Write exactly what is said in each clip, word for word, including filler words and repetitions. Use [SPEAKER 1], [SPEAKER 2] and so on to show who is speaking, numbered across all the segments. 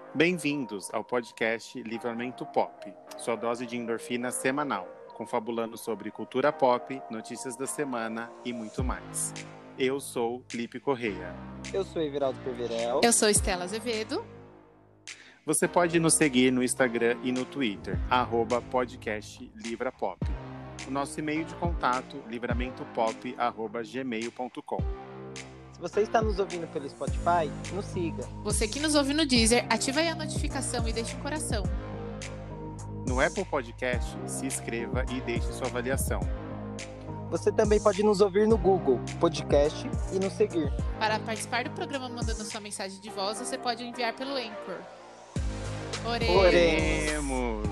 [SPEAKER 1] Bem-vindos ao podcast Livramento Pop, sua dose de endorfina semanal, confabulando sobre cultura pop, notícias da semana e muito mais. Eu sou Lipe Correia.
[SPEAKER 2] Eu sou Everaldo Perverel.
[SPEAKER 3] Eu sou Estela Azevedo.
[SPEAKER 1] Você pode nos seguir no Instagram e no Twitter, arroba podcast Livrapop. O nosso e-mail de contato, livramentopop arroba gmail ponto com.
[SPEAKER 2] Se você está nos ouvindo pelo Spotify, nos siga.
[SPEAKER 3] Você que nos ouve no Deezer, ativa aí a notificação e deixe um coração.
[SPEAKER 1] No Apple Podcast, se inscreva e deixe sua avaliação.
[SPEAKER 2] Você também pode nos ouvir no Google Podcast e nos seguir.
[SPEAKER 3] Para participar do programa mandando sua mensagem de voz, você pode enviar pelo Anchor. Oremos!
[SPEAKER 1] Oremos!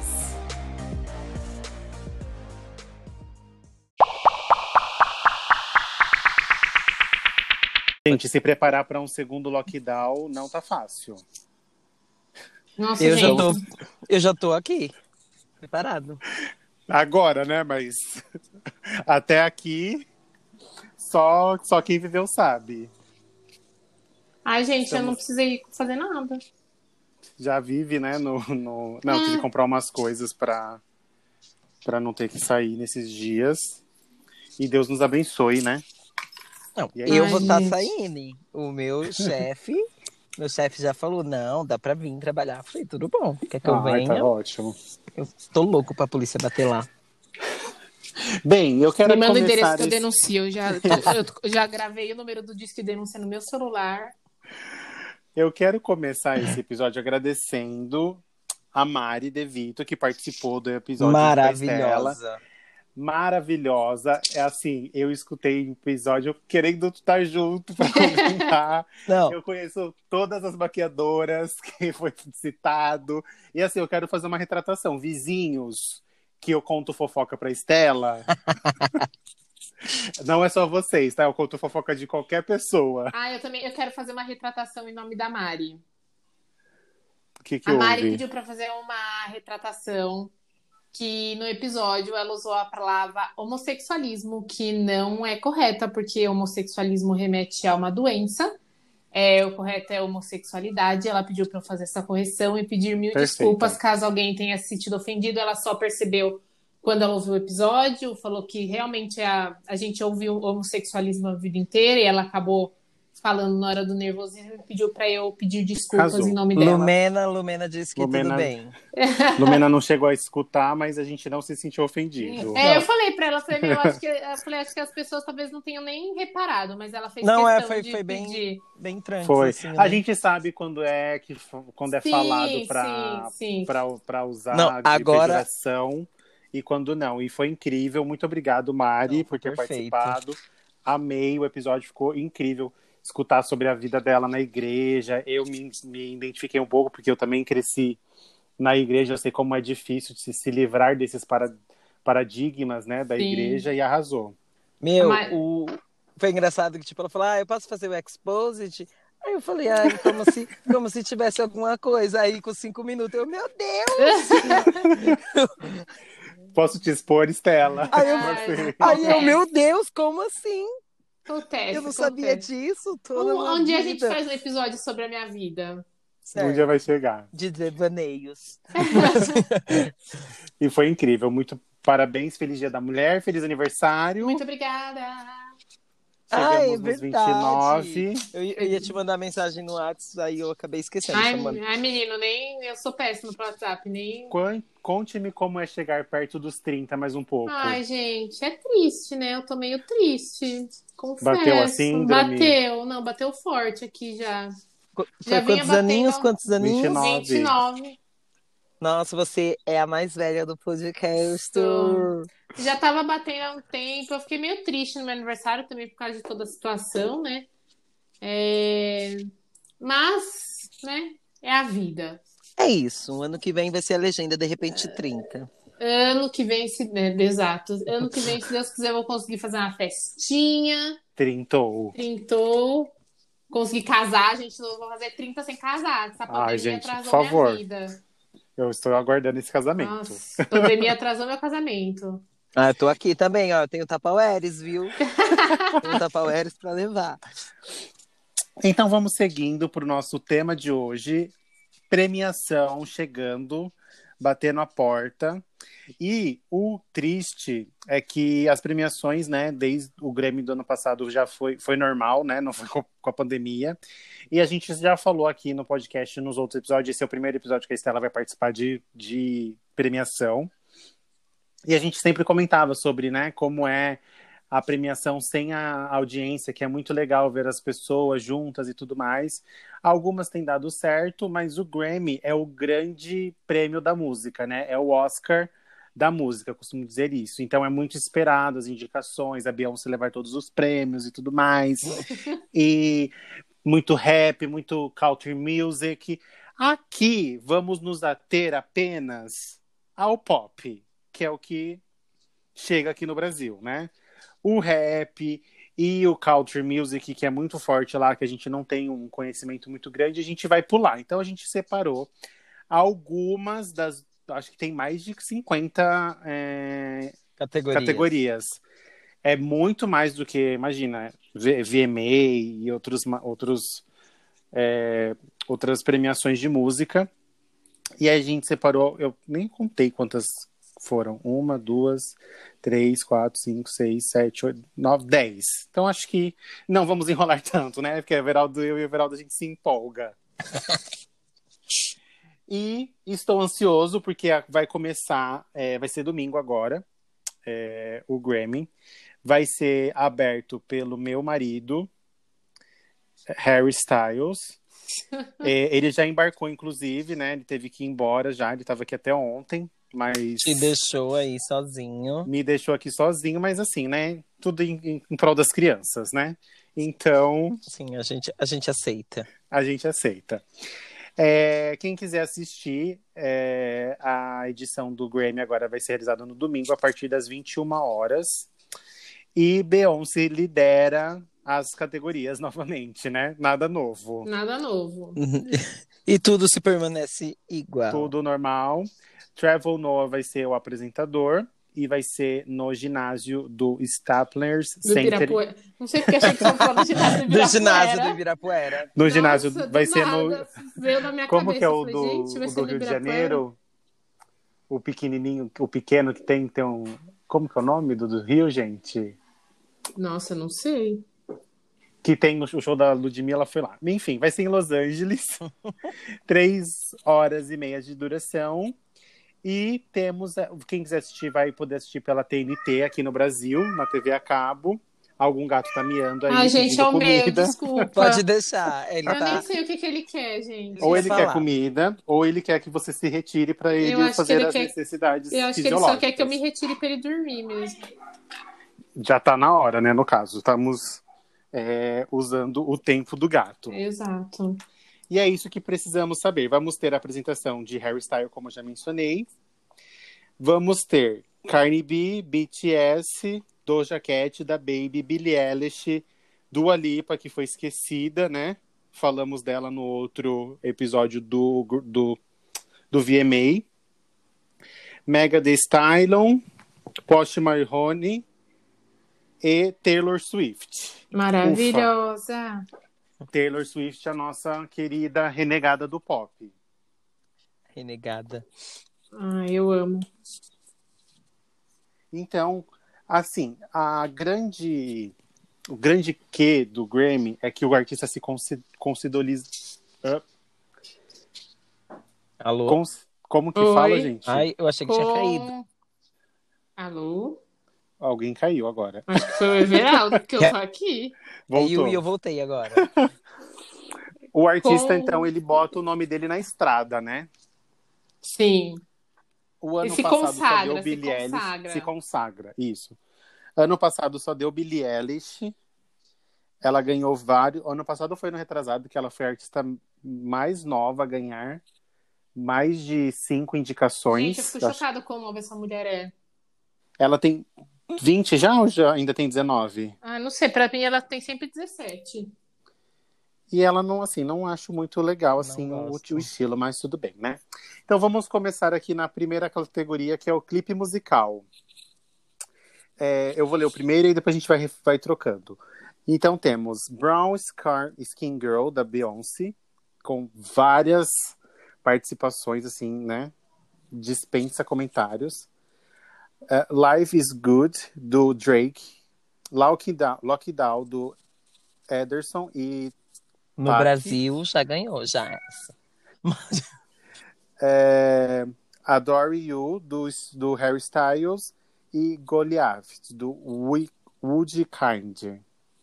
[SPEAKER 1] Gente, se preparar para um segundo lockdown não tá fácil.
[SPEAKER 3] Nossa,
[SPEAKER 2] eu,
[SPEAKER 3] gente.
[SPEAKER 2] já tô, eu já tô aqui, preparado.
[SPEAKER 1] Agora, né? Mas até aqui, só, só quem viveu sabe.
[SPEAKER 4] Ai, gente,
[SPEAKER 1] Estamos...
[SPEAKER 4] eu não precisei fazer nada.
[SPEAKER 1] Já vive, né? No, no... Não,
[SPEAKER 4] hum.
[SPEAKER 1] tive que comprar umas coisas para para não ter que sair nesses dias. E Deus nos abençoe, né?
[SPEAKER 2] Não,
[SPEAKER 1] aí,
[SPEAKER 2] eu
[SPEAKER 4] Ai,
[SPEAKER 2] vou estar
[SPEAKER 4] gente.
[SPEAKER 2] tá saindo. Hein? O meu chefe, meu chefe já falou, não, dá pra vir trabalhar. Eu falei, tudo bom, quer que eu
[SPEAKER 1] Ai,
[SPEAKER 2] venha?
[SPEAKER 1] tá ótimo.
[SPEAKER 2] Eu tô louco pra polícia bater lá.
[SPEAKER 1] Bem, eu quero
[SPEAKER 4] Me manda o
[SPEAKER 1] começar
[SPEAKER 4] endereço que eu
[SPEAKER 1] esse...
[SPEAKER 4] denuncio. Eu já, eu já gravei o número do Disque Denúncia no meu celular.
[SPEAKER 1] Eu quero começar esse episódio agradecendo a Mari De Vito, que participou do episódio de Estela.
[SPEAKER 2] Maravilhosa.
[SPEAKER 1] Maravilhosa. É assim, eu escutei o episódio querendo estar junto para comentar.
[SPEAKER 2] Não,
[SPEAKER 1] Eu conheço todas as maquiadoras que foi citado. E assim, eu quero fazer uma retratação. Vizinhos, que eu conto fofoca pra Estela. Não é só vocês, tá? Eu conto fofoca de qualquer pessoa.
[SPEAKER 4] Ah, eu também eu quero fazer uma retratação em nome da Mari.
[SPEAKER 1] O que que
[SPEAKER 4] A Mari
[SPEAKER 1] houve?
[SPEAKER 4] pediu pra fazer uma retratação que no episódio ela usou a palavra homossexualismo, que não é correta, porque homossexualismo remete a uma doença. É, o correto é homossexualidade. Ela pediu para eu fazer essa correção e pedir mil
[SPEAKER 1] Perfeita.
[SPEAKER 4] desculpas caso alguém tenha se sentido ofendido. Ela só percebeu quando ela ouviu o episódio, falou que realmente a, a gente ouviu homossexualismo a vida inteira e ela acabou falando na hora do nervosismo e pediu para eu pedir desculpas
[SPEAKER 1] Arrasou.
[SPEAKER 4] em nome dela.
[SPEAKER 2] Lumena, Lumena disse que
[SPEAKER 1] Lumena-
[SPEAKER 2] tudo bem.
[SPEAKER 1] Lumena não chegou a escutar, mas a gente não se sentiu ofendido.
[SPEAKER 4] É, eu falei pra ela, falei, meu, eu acho que, eu falei, acho que as pessoas talvez não tenham nem reparado, mas ela fez
[SPEAKER 2] Não, é,
[SPEAKER 4] questão
[SPEAKER 2] foi,
[SPEAKER 4] de
[SPEAKER 2] foi bem,
[SPEAKER 4] pedir.
[SPEAKER 2] bem tranquilo.
[SPEAKER 1] Foi.
[SPEAKER 2] Assim,
[SPEAKER 1] A
[SPEAKER 2] né?
[SPEAKER 1] gente sabe quando é que quando é
[SPEAKER 4] Sim,
[SPEAKER 1] falado pra,
[SPEAKER 4] sim, sim.
[SPEAKER 1] pra, pra usar
[SPEAKER 2] Não,
[SPEAKER 1] de
[SPEAKER 2] agora-
[SPEAKER 1] pejoração e quando não. E foi incrível. Muito obrigado, Mari,
[SPEAKER 2] Não,
[SPEAKER 1] por ter
[SPEAKER 2] perfeito.
[SPEAKER 1] participado. Amei, o episódio ficou incrível. Escutar sobre a vida dela na igreja. Eu me, me identifiquei um pouco, porque eu também cresci na igreja. Eu sei como é difícil de se, se livrar desses para, paradigmas, né, da
[SPEAKER 4] Sim.
[SPEAKER 1] igreja, e arrasou.
[SPEAKER 2] Meu,
[SPEAKER 4] Mas-
[SPEAKER 2] o... foi engraçado que tipo, ela falou, ah, eu posso fazer o Exposit? Aí eu falei, ah, como se, como se tivesse alguma coisa. Aí com cinco minutos, eu, meu Deus!
[SPEAKER 1] Posso te expor, Estela?
[SPEAKER 2] Aí eu,
[SPEAKER 4] Ai,
[SPEAKER 1] Você.
[SPEAKER 2] aí eu, meu Deus, como assim?
[SPEAKER 4] Acontece,
[SPEAKER 2] Eu não sabia
[SPEAKER 4] acontece.
[SPEAKER 2] disso toda
[SPEAKER 4] Um,
[SPEAKER 2] a
[SPEAKER 4] um dia a
[SPEAKER 2] vida.
[SPEAKER 4] gente faz um episódio sobre a minha vida.
[SPEAKER 2] Certo.
[SPEAKER 1] Um dia vai chegar.
[SPEAKER 2] De devaneios.
[SPEAKER 1] E foi incrível. Muito parabéns. Feliz Dia da Mulher. Feliz aniversário.
[SPEAKER 4] Muito obrigada.
[SPEAKER 1] Chegamos
[SPEAKER 2] Ah, é
[SPEAKER 1] nos
[SPEAKER 2] verdade.
[SPEAKER 1] vinte e nove.
[SPEAKER 2] Eu, eu ia te mandar mensagem no WhatsApp, aí eu acabei esquecendo.
[SPEAKER 4] Ai,
[SPEAKER 2] Só mando-
[SPEAKER 4] ai, menino, nem eu sou péssima pro WhatsApp, nem.
[SPEAKER 1] Quan- Conte-me como é chegar perto dos trinta, mais um pouco.
[SPEAKER 4] Ai, gente, é triste, né? Eu tô meio triste. Confesso.
[SPEAKER 1] Bateu a síndrome?
[SPEAKER 4] Bateu, não, bateu forte aqui já.
[SPEAKER 2] Qu-
[SPEAKER 4] Já
[SPEAKER 2] Foi
[SPEAKER 4] vinha
[SPEAKER 2] quantos
[SPEAKER 4] batendo-
[SPEAKER 2] aninhos? Quantos aninhos?
[SPEAKER 1] vinte e nove.
[SPEAKER 4] vinte e nove.
[SPEAKER 2] Nossa, você é a mais velha do podcast.
[SPEAKER 4] Sou. Já tava batendo há um tempo. Eu fiquei meio triste no meu aniversário também por causa de toda a situação, né? É... Mas, né? É a vida.
[SPEAKER 2] É isso. Ano que vem vai ser a legenda, de repente, trinta.
[SPEAKER 4] Ano que vem, se... né, exato. Ano que vem, se Deus quiser, eu vou conseguir fazer uma festinha.
[SPEAKER 1] Trintou.
[SPEAKER 4] Trintou. Consegui casar, gente. Não vou fazer trinta sem casar. Essa pandemia
[SPEAKER 1] Ai, gente,
[SPEAKER 4] atrasou
[SPEAKER 1] por favor.
[SPEAKER 4] minha vida.
[SPEAKER 1] Eu estou aguardando esse casamento.
[SPEAKER 4] Nossa, a pandemia atrasou meu casamento.
[SPEAKER 2] Ah, eu tô aqui também, ó. Eu tenho Tupperwares, viu? Tenho Tupperwares pra levar.
[SPEAKER 1] Então vamos seguindo para o nosso tema de hoje. premiação chegando, batendo a porta. E o triste é que as premiações, né, desde o Grammy do ano passado já foi, foi normal, né, não foi com a pandemia. E a gente já falou aqui no podcast, nos outros episódios, esse é o primeiro episódio que a Estela vai participar de, de premiação. E a gente sempre comentava sobre, né, como é a premiação sem a audiência, que é muito legal ver as pessoas juntas e tudo mais. Algumas têm dado certo, mas o Grammy é o grande prêmio da música, né? É o Oscar da música, eu costumo dizer isso. Então é muito esperado as indicações, a Beyoncé levar todos os prêmios e tudo mais. E muito rap, muito country music. Aqui vamos nos ater apenas ao pop, que é o que chega aqui no Brasil, né? O rap e o country music, que é muito forte lá, que a gente não tem um conhecimento muito grande, a gente vai pular. Então a gente separou algumas das... Acho que tem mais de cinquenta é,
[SPEAKER 2] Categorias.
[SPEAKER 1] categorias. É muito mais do que, imagina, V M A e outros, outros, é, outras premiações de música. E a gente separou, eu nem contei quantas foram. Uma, duas, três, quatro, cinco, seis, sete, oito, nove, dez. Então acho que não vamos enrolar tanto, né? Porque a Everaldo, eu e a Everaldo a gente se empolga. E estou ansioso porque vai começar, é, vai ser domingo agora, é, o Grammy. Vai ser aberto pelo meu marido, Harry Styles. É, ele já embarcou, inclusive, né? Ele teve que ir embora já, ele estava aqui até ontem, mas...
[SPEAKER 2] Te deixou aí sozinho.
[SPEAKER 1] Me deixou aqui sozinho, mas assim, né? Tudo em, em, em prol das crianças, né? Então...
[SPEAKER 2] Sim, a gente, a gente aceita.
[SPEAKER 1] A gente aceita. É, quem quiser assistir, é, a edição do Grammy agora vai ser realizada no domingo, a partir das vinte e uma horas. E Beyoncé lidera as categorias novamente, né? Nada novo.
[SPEAKER 4] Nada novo.
[SPEAKER 2] E tudo se permanece igual.
[SPEAKER 1] Tudo normal. Trevor Noah vai ser o apresentador e vai ser no ginásio do Staplers
[SPEAKER 4] Do
[SPEAKER 1] Center.
[SPEAKER 4] Ibirapuera. Não sei porque achei que você falou do ginásio do
[SPEAKER 2] Do
[SPEAKER 4] Ibirapuera.
[SPEAKER 2] ginásio do Ibirapuera.
[SPEAKER 1] No
[SPEAKER 4] Nossa,
[SPEAKER 1] ginásio
[SPEAKER 4] do
[SPEAKER 1] vai ser no...
[SPEAKER 4] nada, veio na minha
[SPEAKER 1] Como
[SPEAKER 4] cabeça.
[SPEAKER 1] que é o
[SPEAKER 4] Falei,
[SPEAKER 1] do,
[SPEAKER 4] gente, vai
[SPEAKER 1] o
[SPEAKER 4] ser
[SPEAKER 1] do
[SPEAKER 4] no
[SPEAKER 1] Rio de
[SPEAKER 4] Ibirapuera?
[SPEAKER 1] Janeiro? O pequenininho, o pequeno que tem, tem um... Como que é o nome do, do Rio, gente?
[SPEAKER 4] Nossa, não sei.
[SPEAKER 1] Que tem o show da Ludmilla, foi lá. Enfim, vai ser em Los Angeles. Três horas e meia de duração. E temos, quem quiser assistir vai poder assistir pela T N T aqui no Brasil, na T V a cabo. Algum gato tá miando aí.
[SPEAKER 4] Ai, gente, é o meu,
[SPEAKER 1] comida.
[SPEAKER 4] desculpa.
[SPEAKER 2] Pode deixar. Ele
[SPEAKER 4] Eu
[SPEAKER 2] tá...
[SPEAKER 4] nem sei o que, que ele quer, gente.
[SPEAKER 1] Ou
[SPEAKER 2] ia
[SPEAKER 1] ele
[SPEAKER 2] falar.
[SPEAKER 1] quer comida, ou ele quer que você se retire para
[SPEAKER 4] Eu
[SPEAKER 1] ele
[SPEAKER 4] acho que
[SPEAKER 1] fazer
[SPEAKER 4] ele
[SPEAKER 1] as
[SPEAKER 4] quer-
[SPEAKER 1] necessidades
[SPEAKER 4] Eu acho que ele
[SPEAKER 1] fisiológicas.
[SPEAKER 4] só quer que eu me retire pra ele dormir mesmo.
[SPEAKER 1] Já tá na hora, né, no caso. Estamos é, usando o tempo do gato.
[SPEAKER 4] Exato.
[SPEAKER 1] E é isso que precisamos saber. Vamos ter a apresentação de Harry Styles, como eu já mencionei. Vamos ter Cardi B, B T S, Doja Cat, da Baby, Billie Eilish, Dua Lipa, que foi esquecida, né? Falamos dela no outro episódio do, do, do V M A. Megan Thee Stallion, Post Malone e Taylor Swift.
[SPEAKER 4] Maravilhosa.
[SPEAKER 1] Taylor Swift, a nossa querida renegada do pop.
[SPEAKER 2] Renegada.
[SPEAKER 4] Ai, eu amo.
[SPEAKER 1] Então, assim, a grande, o grande quê do Grammy é que o artista se considoliza.
[SPEAKER 2] Alô?
[SPEAKER 1] Cons, como que
[SPEAKER 4] Oi.
[SPEAKER 1] fala, gente?
[SPEAKER 2] Ai, eu achei que tinha caído.
[SPEAKER 4] Alô?
[SPEAKER 1] Alguém caiu agora.
[SPEAKER 4] Acho que foi o Everaldo, porque eu tô aqui.
[SPEAKER 1] Voltou.
[SPEAKER 2] E eu voltei agora.
[SPEAKER 1] O artista,
[SPEAKER 4] Com-
[SPEAKER 1] então, ele bota o nome dele na estrada, né?
[SPEAKER 4] Sim.
[SPEAKER 1] O ano
[SPEAKER 4] Ele se
[SPEAKER 1] passado
[SPEAKER 4] consagra,
[SPEAKER 1] só deu
[SPEAKER 4] se
[SPEAKER 1] Billie Eilish.
[SPEAKER 4] consagra.
[SPEAKER 1] Se consagra, isso. Ano passado só deu Billie Eilish. Ela ganhou vários. Ano passado foi no retrasado que ela foi a artista mais nova a ganhar mais de cinco indicações.
[SPEAKER 4] Gente, eu fico chocada com como nova essa mulher é.
[SPEAKER 1] Ela tem vinte já ou já ainda tem dezenove?
[SPEAKER 4] Ah, não sei, pra mim ela tem sempre dezessete.
[SPEAKER 1] E ela não, assim, não acho muito legal, assim,
[SPEAKER 2] Não
[SPEAKER 1] o,
[SPEAKER 2] gosto.
[SPEAKER 1] o estilo, mas tudo bem, né? Então vamos começar aqui na primeira categoria, que é o clipe musical. É, eu vou ler o primeiro e depois a gente vai, vai trocando. Então temos Brown Scar Skin Girl, da Beyoncé, com várias participações, assim, né? Dispensa comentários. Uh, Life is Good, do Drake. Lockdown, Lockdown do Ederson e
[SPEAKER 2] No
[SPEAKER 1] Pac.
[SPEAKER 2] Brasil já ganhou, já essa.
[SPEAKER 1] É, Adore You, do, do Harry Styles. E Goliath, do Woody Kind.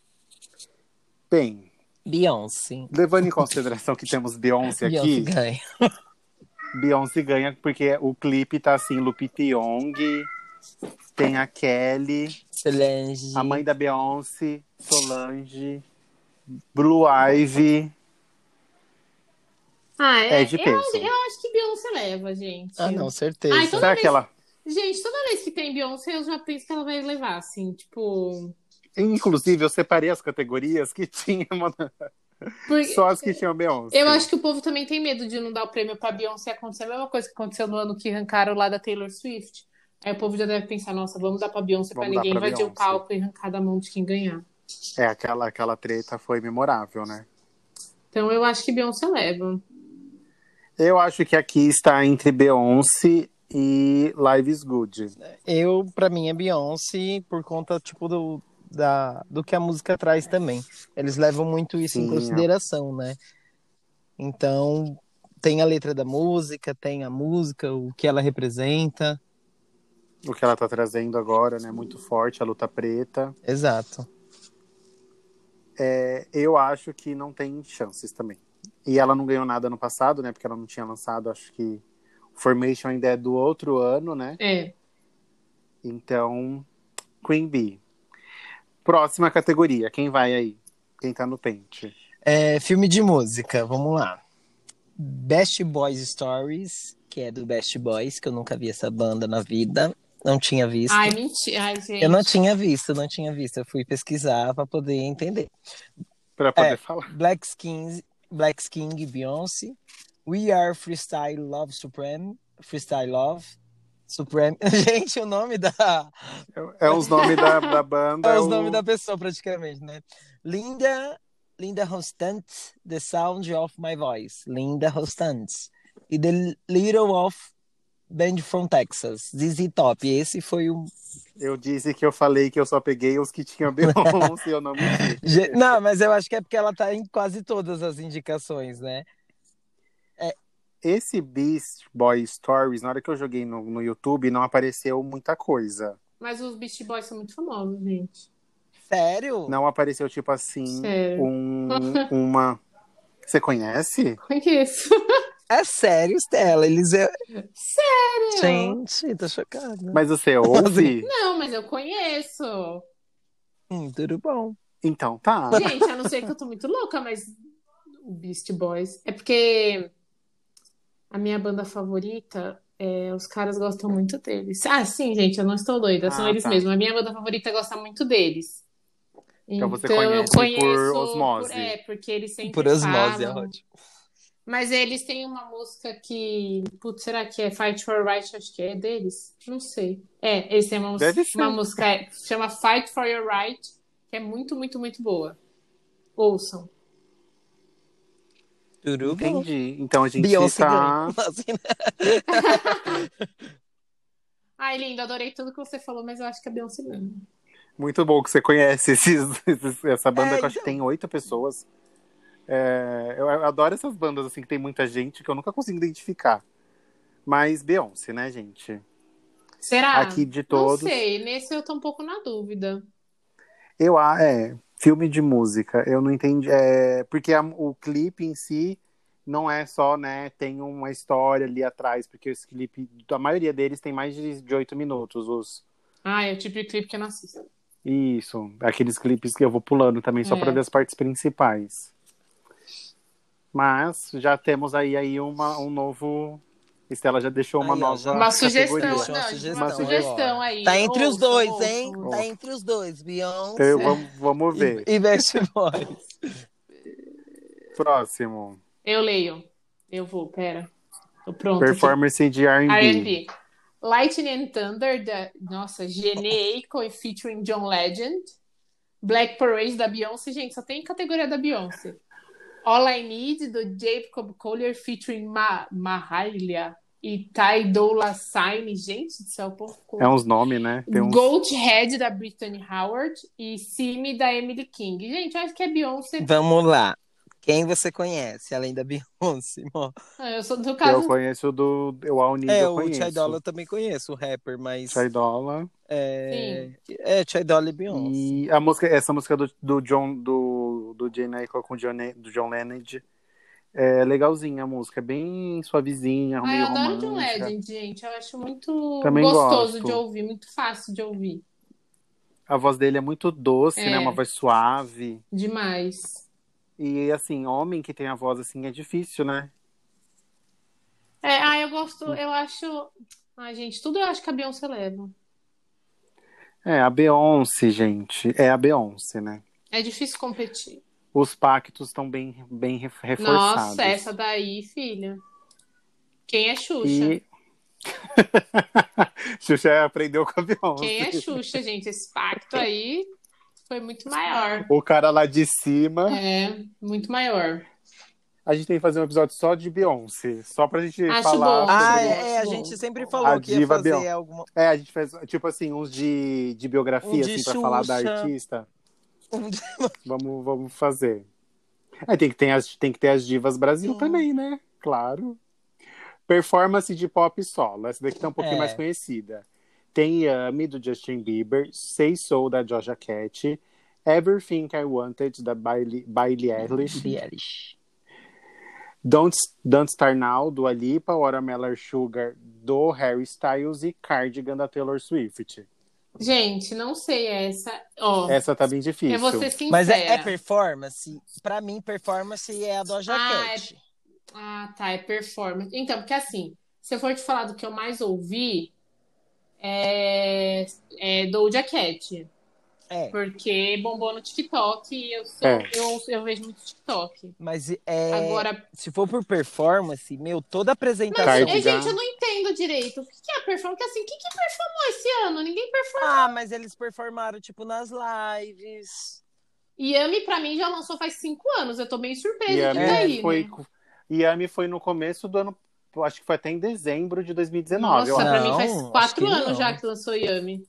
[SPEAKER 1] Bem,
[SPEAKER 2] Beyoncé.
[SPEAKER 1] levando em consideração que temos Beyoncé
[SPEAKER 2] Beyoncé
[SPEAKER 1] aqui,
[SPEAKER 2] ganha.
[SPEAKER 1] Beyoncé ganha porque o clipe tá assim, Lupita Nyong'o, tem a Kelly,
[SPEAKER 2] Solange.
[SPEAKER 1] a mãe da Beyoncé, Solange, Blue Ivy.
[SPEAKER 4] Ah, é,
[SPEAKER 1] É de
[SPEAKER 4] eu,
[SPEAKER 1] peso.
[SPEAKER 4] eu acho que Beyoncé leva, gente.
[SPEAKER 2] Ah, não, certeza.
[SPEAKER 4] Ah, então
[SPEAKER 1] Será
[SPEAKER 4] vez-
[SPEAKER 1] que ela...
[SPEAKER 4] Gente, toda vez que tem Beyoncé, eu já penso que ela vai levar, assim, tipo...
[SPEAKER 1] Inclusive, eu separei as categorias que tinham,
[SPEAKER 4] Porque
[SPEAKER 1] só as que tinham Beyoncé.
[SPEAKER 4] eu acho que o povo também tem medo de não dar o prêmio pra Beyoncé acontecer a mesma coisa que aconteceu no ano que arrancaram lá da Taylor Swift. Aí o povo já deve pensar, nossa, vamos dar pra Beyoncé pra
[SPEAKER 1] Vamos dar
[SPEAKER 4] ninguém
[SPEAKER 1] pra
[SPEAKER 4] invadir o
[SPEAKER 1] Beyoncé.
[SPEAKER 4] palco e arrancar da mão de quem ganhar.
[SPEAKER 1] É, aquela, aquela treta foi memorável, né?
[SPEAKER 4] Então eu acho que Beyoncé leva.
[SPEAKER 1] Eu acho que aqui está entre Beyoncé e Life is Good.
[SPEAKER 2] Eu, pra mim, é Beyoncé por conta, tipo, do, da, do que a música traz também. Eles levam muito isso
[SPEAKER 1] Sim,
[SPEAKER 2] em consideração, né? Então, tem a letra da música, tem a música, o que ela representa.
[SPEAKER 1] O que ela tá trazendo agora, né? Muito forte, a luta preta.
[SPEAKER 2] Exato.
[SPEAKER 1] É, eu acho que não tem chances também. E ela não ganhou nada no passado, né? Porque ela não tinha lançado, acho que Formation ainda é do outro ano, né?
[SPEAKER 4] É.
[SPEAKER 1] Então, Queen Bee. Próxima categoria, quem vai aí? Quem tá no pente?
[SPEAKER 2] É, filme de música, vamos lá. Best Boys Stories, que é do Best Boys, que eu nunca vi essa banda na vida. Não tinha visto.
[SPEAKER 4] Ai, mentira. Ai, gente.
[SPEAKER 2] Eu não tinha visto, não tinha visto. Eu fui pesquisar para poder entender.
[SPEAKER 1] Pra poder
[SPEAKER 2] É,
[SPEAKER 1] falar.
[SPEAKER 2] Black Skin, Black Skin e Beyoncé. We Are Freestyle Love Supreme. Freestyle Love Supreme. Gente, o nome da...
[SPEAKER 1] É, é os nomes da, da banda.
[SPEAKER 2] É
[SPEAKER 1] é
[SPEAKER 2] os
[SPEAKER 1] o-
[SPEAKER 2] nomes da pessoa, praticamente, né? Linda, Linda Hostant, The Sound of My Voice. Linda Hostant. E The Little of Band from Texas. Z Z Top. Esse foi o...
[SPEAKER 1] Eu disse que eu falei que eu só peguei os que tinham Beyoncé, eu não menti.
[SPEAKER 2] Ge- Não, mas eu acho que é porque ela tá em quase todas as indicações, né?
[SPEAKER 1] Esse Beast Boy Stories, na hora que eu joguei no, no YouTube, não apareceu muita coisa.
[SPEAKER 4] Mas os Beast Boys são muito famosos, gente.
[SPEAKER 2] Sério?
[SPEAKER 1] Não apareceu, tipo assim,
[SPEAKER 4] Sério.
[SPEAKER 1] um, uma... Você conhece?
[SPEAKER 4] Conheço.
[SPEAKER 2] É sério, Stella. Eles é...
[SPEAKER 4] Sério?
[SPEAKER 2] Gente, tô chocada.
[SPEAKER 1] Mas você ouve?
[SPEAKER 4] Não, mas eu conheço.
[SPEAKER 2] Hum, tudo bom.
[SPEAKER 1] Então, tá.
[SPEAKER 4] Gente, a não ser que eu tô muito louca, mas o Beast Boys. É porque a minha banda favorita, é, os caras gostam muito deles. Ah, sim, gente, eu não estou doida, são
[SPEAKER 1] Ah,
[SPEAKER 4] eles
[SPEAKER 1] tá.
[SPEAKER 4] mesmos. A minha banda favorita gosta muito deles.
[SPEAKER 1] Então você
[SPEAKER 4] eu
[SPEAKER 1] conhece por osmose.
[SPEAKER 4] por- é, porque eles sempre
[SPEAKER 2] Por osmose, é
[SPEAKER 4] falam.
[SPEAKER 2] ótimo.
[SPEAKER 4] Mas eles têm uma música que. Putz, será que é Fight for Right? Acho que é deles. Não sei. É, eles têm uma, música-
[SPEAKER 1] Deve ser.
[SPEAKER 4] uma música é, que chama Fight for Your Right, que é muito, muito, muito boa. Ouçam.
[SPEAKER 2] Tudo bom.
[SPEAKER 1] Entendi. Então a gente
[SPEAKER 2] Beyoncé
[SPEAKER 1] tá...
[SPEAKER 2] ganha. Assim, né?
[SPEAKER 4] Ai, lindo, adorei tudo que você falou, mas eu acho que é Beyoncé mesmo.
[SPEAKER 1] Muito bom que você conhece esses, esses- essa banda
[SPEAKER 2] É,
[SPEAKER 1] que eu acho que
[SPEAKER 2] então.
[SPEAKER 1] tem oito pessoas. É, eu adoro essas bandas assim que tem muita gente que eu nunca consigo identificar. Mas Beyoncé, né, gente?
[SPEAKER 4] Será?
[SPEAKER 1] Aqui de todos.
[SPEAKER 4] Não sei, nesse eu tô um pouco na dúvida.
[SPEAKER 1] Eu a é filme de música. Eu não entendi, é, porque a- o clipe em si não é só, né? Tem uma história ali atrás, porque esse clipe, a maioria deles tem mais de de oito minutos. Os
[SPEAKER 4] Ah, é o tipo de clipe que eu não assisto.
[SPEAKER 1] Isso, aqueles clipes que eu vou pulando também só
[SPEAKER 4] É.
[SPEAKER 1] para ver as partes principais. Mas já temos aí, aí uma, um novo. Estela já deixou uma
[SPEAKER 2] Aí, ó,
[SPEAKER 1] nova.
[SPEAKER 2] já-
[SPEAKER 4] Uma sugestão,
[SPEAKER 1] categoria.
[SPEAKER 2] Deixa uma
[SPEAKER 4] não,
[SPEAKER 2] sugestão
[SPEAKER 4] uma sugestão
[SPEAKER 2] agora.
[SPEAKER 4] aí.
[SPEAKER 2] Tá entre os
[SPEAKER 4] Ouçam,
[SPEAKER 2] dois,
[SPEAKER 4] ouçam,
[SPEAKER 2] hein?
[SPEAKER 4] ouçam.
[SPEAKER 2] Tá entre os dois. Beyoncé
[SPEAKER 1] Então, eu- vamos, vamos ver.
[SPEAKER 2] e, e Best Boys.
[SPEAKER 1] Próximo.
[SPEAKER 4] Eu leio. Eu vou, pera. Tô pronto.
[SPEAKER 1] Performance de R and B.
[SPEAKER 4] R and B. Lightning and Thunder, da, nossa, Jhené Aiko featuring John Legend. Black Parade da Beyoncé. Gente, só tem categoria da Beyoncé. All I Need, do Jacob Collier, featuring Ma Mahalia e Ty Dolla Sign. Gente do céu, povo.
[SPEAKER 1] É uns nomes, né? Tem uns...
[SPEAKER 4] Goat Head, da Brittany Howard, e Simi, da Emily King. Gente, eu acho que é Beyoncé.
[SPEAKER 2] Vamos lá. Quem você conhece, além da Beyoncé? Mo?
[SPEAKER 4] Ah, eu sou do caso.
[SPEAKER 1] Eu conheço do... O All I Need
[SPEAKER 2] É,
[SPEAKER 1] eu
[SPEAKER 2] o
[SPEAKER 1] conheço.
[SPEAKER 2] Ty Dolla eu também conheço, o rapper, mas...
[SPEAKER 1] Ty Dolla.
[SPEAKER 2] É, é Ty Dolla e Beyoncé.
[SPEAKER 1] E a música, essa música do, do John, do, do Jay Nicole com o John, do John Lennon é legalzinha a música, é bem suavezinha,
[SPEAKER 4] Ah,
[SPEAKER 1] meio
[SPEAKER 4] eu adoro
[SPEAKER 1] romântica.
[SPEAKER 4] John Legend, gente. Eu acho muito
[SPEAKER 1] Também
[SPEAKER 4] gostoso
[SPEAKER 1] gosto.
[SPEAKER 4] de ouvir, muito fácil de ouvir.
[SPEAKER 1] A voz dele é muito doce,
[SPEAKER 4] É.
[SPEAKER 1] né? Uma voz suave.
[SPEAKER 4] Demais.
[SPEAKER 1] E, assim, homem que tem a voz assim é difícil, né?
[SPEAKER 4] É, ah, eu gosto, eu acho. Ai, gente, tudo eu acho que a Beyoncé leva.
[SPEAKER 1] É, a Beyoncé, gente, é a Beyoncé, né?
[SPEAKER 4] É difícil competir.
[SPEAKER 1] Os pactos estão bem, bem reforçados.
[SPEAKER 4] Nossa, essa daí, filha. Quem é Xuxa?
[SPEAKER 1] E... Xuxa aprendeu com a Beyoncé.
[SPEAKER 4] Quem é Xuxa, gente? Esse pacto aí foi muito maior.
[SPEAKER 1] O cara lá de cima.
[SPEAKER 4] É, muito maior.
[SPEAKER 1] A gente tem que fazer um episódio só de Beyoncé, só pra gente
[SPEAKER 4] Acho
[SPEAKER 1] falar
[SPEAKER 4] bom.
[SPEAKER 1] sobre...
[SPEAKER 2] Ah,
[SPEAKER 4] Sobre-
[SPEAKER 2] é, a
[SPEAKER 4] bom.
[SPEAKER 2] gente sempre
[SPEAKER 1] A
[SPEAKER 2] falou que ia
[SPEAKER 1] diva
[SPEAKER 2] fazer
[SPEAKER 1] Beyoncé.
[SPEAKER 2] alguma...
[SPEAKER 1] É, a gente faz, tipo assim, uns de, de biografia,
[SPEAKER 2] Um de
[SPEAKER 1] assim, pra falar da
[SPEAKER 2] Xuxa.
[SPEAKER 1] artista.
[SPEAKER 2] um de-
[SPEAKER 1] Vamos, vamos fazer. Aí tem que ter as, tem que ter as divas Brasil
[SPEAKER 2] Sim.
[SPEAKER 1] também, né? Claro. Performance de pop solo. Essa daqui tá um pouquinho
[SPEAKER 2] É.
[SPEAKER 1] mais conhecida. Tem Yummy, do Justin Bieber. Say So, da Doja Cat. Everything I Wanted, da Billie, Billie Eilish.
[SPEAKER 2] Billie Eilish.
[SPEAKER 1] Don't, Don't Start Now, do Dua Lipa. Watermelon Sugar, do Harry Styles. E Cardigan, da Taylor Swift.
[SPEAKER 4] Gente, não sei essa. Ó,
[SPEAKER 1] Essa tá bem difícil.
[SPEAKER 4] eu vou ser sincera.
[SPEAKER 2] Mas é, é performance? Pra mim, performance é a Doja
[SPEAKER 4] Ah,
[SPEAKER 2] Cat.
[SPEAKER 4] Ah, tá, é performance. Então, porque assim, se eu for te falar do que eu mais ouvi, é, é Doja Cat.
[SPEAKER 2] É,
[SPEAKER 4] Porque bombou no TikTok e eu, sou,
[SPEAKER 1] É.
[SPEAKER 4] eu, eu vejo muito TikTok.
[SPEAKER 2] mas é...
[SPEAKER 4] Agora,
[SPEAKER 2] se for por performance, meu, toda apresentação...
[SPEAKER 4] mas,
[SPEAKER 1] Cardigan.
[SPEAKER 4] é, gente, eu não entendo direito. O que que é a performance? Porque assim, quem que performou esse ano? Ninguém performou.
[SPEAKER 2] Ah, mas eles performaram, tipo, nas lives.
[SPEAKER 4] Yami, pra mim, já lançou faz cinco anos. Eu tô bem surpresa
[SPEAKER 1] Yami
[SPEAKER 4] disso aí,
[SPEAKER 1] foi,
[SPEAKER 4] né?
[SPEAKER 1] Yami foi no começo do ano, acho que foi até em dezembro de dois mil e dezenove. eu
[SPEAKER 4] Nossa,
[SPEAKER 1] acho.
[SPEAKER 4] pra mim
[SPEAKER 2] Não,
[SPEAKER 4] faz
[SPEAKER 2] acho
[SPEAKER 4] quatro
[SPEAKER 2] que
[SPEAKER 4] anos
[SPEAKER 2] não.
[SPEAKER 4] já que lançou Yami.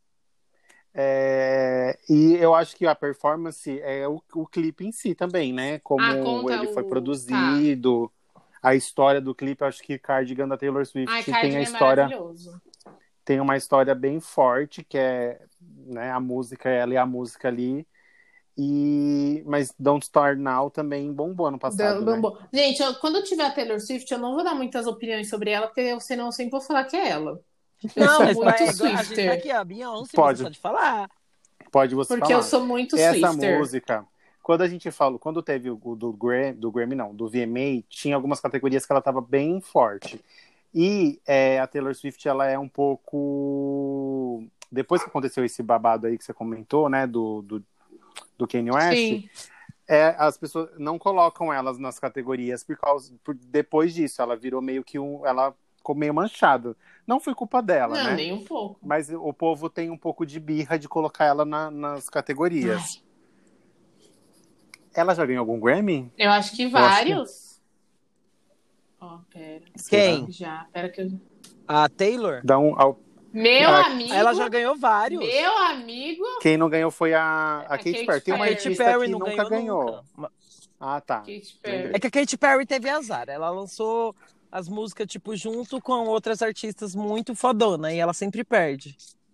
[SPEAKER 1] É, e eu acho que a performance é o, o clipe em si também, né? Como
[SPEAKER 4] Ah, conta
[SPEAKER 1] ele foi
[SPEAKER 4] o-
[SPEAKER 1] produzido, a história do clipe, eu acho que Cardigan da Taylor Swift
[SPEAKER 4] Ai,
[SPEAKER 1] tem
[SPEAKER 4] Cardigan
[SPEAKER 1] a
[SPEAKER 4] é
[SPEAKER 1] história,
[SPEAKER 4] maravilhoso.
[SPEAKER 1] tem uma história bem forte, que é, né, a música, ela e a música ali. E, mas Don't Start Now também bombou ano passado,
[SPEAKER 4] Bom,
[SPEAKER 1] né?
[SPEAKER 4] bom. Gente, eu- quando eu tiver a Taylor Swift, eu não vou dar muitas opiniões sobre ela, porque eu, senão eu sempre vou falar que é ela. Eu
[SPEAKER 2] Não,
[SPEAKER 4] sou
[SPEAKER 2] mas
[SPEAKER 4] muito
[SPEAKER 2] pra- a gente tá
[SPEAKER 4] Swifter.
[SPEAKER 2] aqui, a Beyoncé,
[SPEAKER 1] Pode.
[SPEAKER 2] você pode falar.
[SPEAKER 1] Pode você
[SPEAKER 4] Porque
[SPEAKER 1] falar.
[SPEAKER 4] eu sou muito
[SPEAKER 1] Essa
[SPEAKER 4] Swifter.
[SPEAKER 1] música, quando a gente fala, quando teve o do Grammy, do Grammy não, do V M A, tinha algumas categorias que ela tava bem forte. E é, a Taylor Swift, ela é um pouco... Depois que aconteceu esse babado aí que você comentou, né, do, do, do Kanye West,
[SPEAKER 4] Sim.
[SPEAKER 1] é, as pessoas não colocam elas nas categorias por causa, por, depois disso, ela virou meio que um... Ela ficou meio manchada. Não foi culpa dela,
[SPEAKER 4] Não,
[SPEAKER 1] né?
[SPEAKER 4] nem um pouco.
[SPEAKER 1] Mas o povo tem um pouco de birra de colocar ela na- nas categorias. Ela já ganhou algum Grammy?
[SPEAKER 4] Eu acho que
[SPEAKER 1] acho
[SPEAKER 4] vários. Ó, pera.
[SPEAKER 2] Quem?
[SPEAKER 4] Já, pera que eu...
[SPEAKER 2] A Taylor?
[SPEAKER 1] Dá um, ao-
[SPEAKER 4] Meu
[SPEAKER 1] Ah,
[SPEAKER 4] amigo...
[SPEAKER 2] Ela já ganhou vários.
[SPEAKER 4] Meu amigo...
[SPEAKER 1] Quem não ganhou foi a, a,
[SPEAKER 4] A
[SPEAKER 1] Katy
[SPEAKER 4] Katy
[SPEAKER 1] Perry. Tem uma
[SPEAKER 4] Perry.
[SPEAKER 2] Katy
[SPEAKER 1] artista
[SPEAKER 2] Perry
[SPEAKER 1] que
[SPEAKER 2] não
[SPEAKER 1] nunca
[SPEAKER 2] ganhou,
[SPEAKER 1] ganhou.
[SPEAKER 2] nunca. Ma-
[SPEAKER 1] Ah, tá.
[SPEAKER 4] Katy Perry.
[SPEAKER 2] É que a Katy Perry teve azar. Ela lançou as músicas, tipo, junto com outras artistas muito fodona. E ela sempre perde.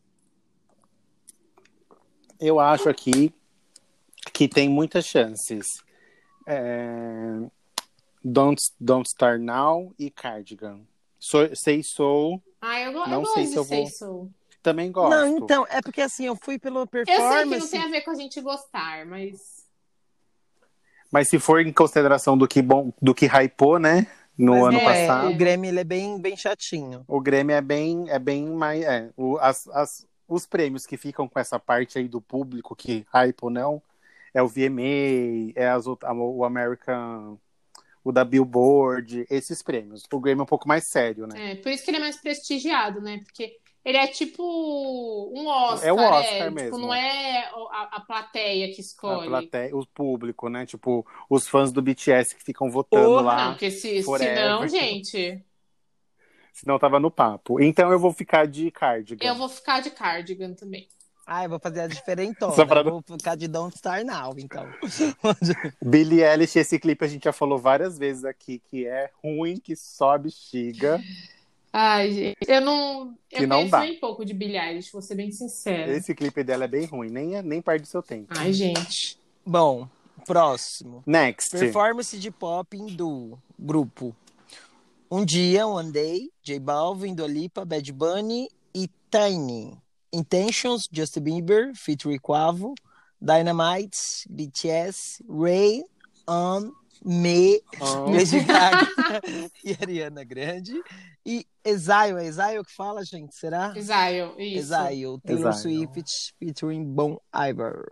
[SPEAKER 1] Eu acho aqui que tem muitas chances. É, Don't, Don't Start Now e Cardigan. So, Say So,
[SPEAKER 4] Ah, eu, go-
[SPEAKER 1] Não
[SPEAKER 4] eu
[SPEAKER 1] sei
[SPEAKER 4] gosto
[SPEAKER 1] se eu
[SPEAKER 4] de Say
[SPEAKER 1] vou-
[SPEAKER 4] So.
[SPEAKER 1] também gosto.
[SPEAKER 2] Não, então, é porque assim, eu fui pela
[SPEAKER 4] Eu sei
[SPEAKER 2] performance.
[SPEAKER 4] que não tem a ver com a gente gostar, mas...
[SPEAKER 1] Mas se for em consideração do que, bom, do que hypou, né? No
[SPEAKER 2] Mas
[SPEAKER 1] ano
[SPEAKER 2] não é,
[SPEAKER 1] passado.
[SPEAKER 2] o Grammy ele é bem, bem chatinho.
[SPEAKER 1] O Grêmio é bem, é bem mais. É, o, as, as, os prêmios que ficam com essa parte aí do público, que hype ou não, é o V M A, é as, out- a- o American, o da Billboard, esses prêmios. O Grêmio é um pouco mais sério, né?
[SPEAKER 4] É, por isso que ele é mais prestigiado, né? Porque Ele é tipo um Oscar,
[SPEAKER 1] É o Oscar
[SPEAKER 4] é,
[SPEAKER 1] mesmo.
[SPEAKER 4] tipo, não é a, a plateia que
[SPEAKER 1] A
[SPEAKER 4] escolhe.
[SPEAKER 1] plateia, o público, né? Tipo, os fãs do B T S que ficam votando
[SPEAKER 2] Porra,
[SPEAKER 1] lá.
[SPEAKER 4] Não, porque se, se
[SPEAKER 1] forever.
[SPEAKER 4] não, gente,
[SPEAKER 1] Senão tava no papo. Então eu vou ficar de Cardigan.
[SPEAKER 4] eu vou ficar de Cardigan também.
[SPEAKER 2] Ah, eu vou fazer a diferentona.
[SPEAKER 1] Só pra-
[SPEAKER 2] Eu vou ficar de Don't Start Now, então.
[SPEAKER 1] Billie Eilish, esse clipe a gente já falou várias vezes aqui, que é ruim, que só bexiga.
[SPEAKER 4] Ai, gente, eu não. Eu
[SPEAKER 1] Que não
[SPEAKER 4] conheço
[SPEAKER 1] dá.
[SPEAKER 4] nem pouco de Billie Eilish, vou ser bem sincera.
[SPEAKER 1] Esse clipe dela é bem ruim, nem, nem perde seu tempo.
[SPEAKER 4] Ai, gente.
[SPEAKER 2] Bom, próximo.
[SPEAKER 1] Next.
[SPEAKER 2] Performance de pop em duo, grupo. Um Dia, One Day, J Balvin, Dua Lipa, Bad Bunny e Tiny. Intentions, Justin Bieber, featuring Quavo, Dynamite, B T S, Ray, On, Me,
[SPEAKER 1] Oh.
[SPEAKER 2] Lady Gaga e Ariana Grande. E Exile, é Exile que fala, gente? Será?
[SPEAKER 4] Exile, isso.
[SPEAKER 2] Exile, Taylor
[SPEAKER 1] Exile.
[SPEAKER 2] Swift, featuring Bon Iver.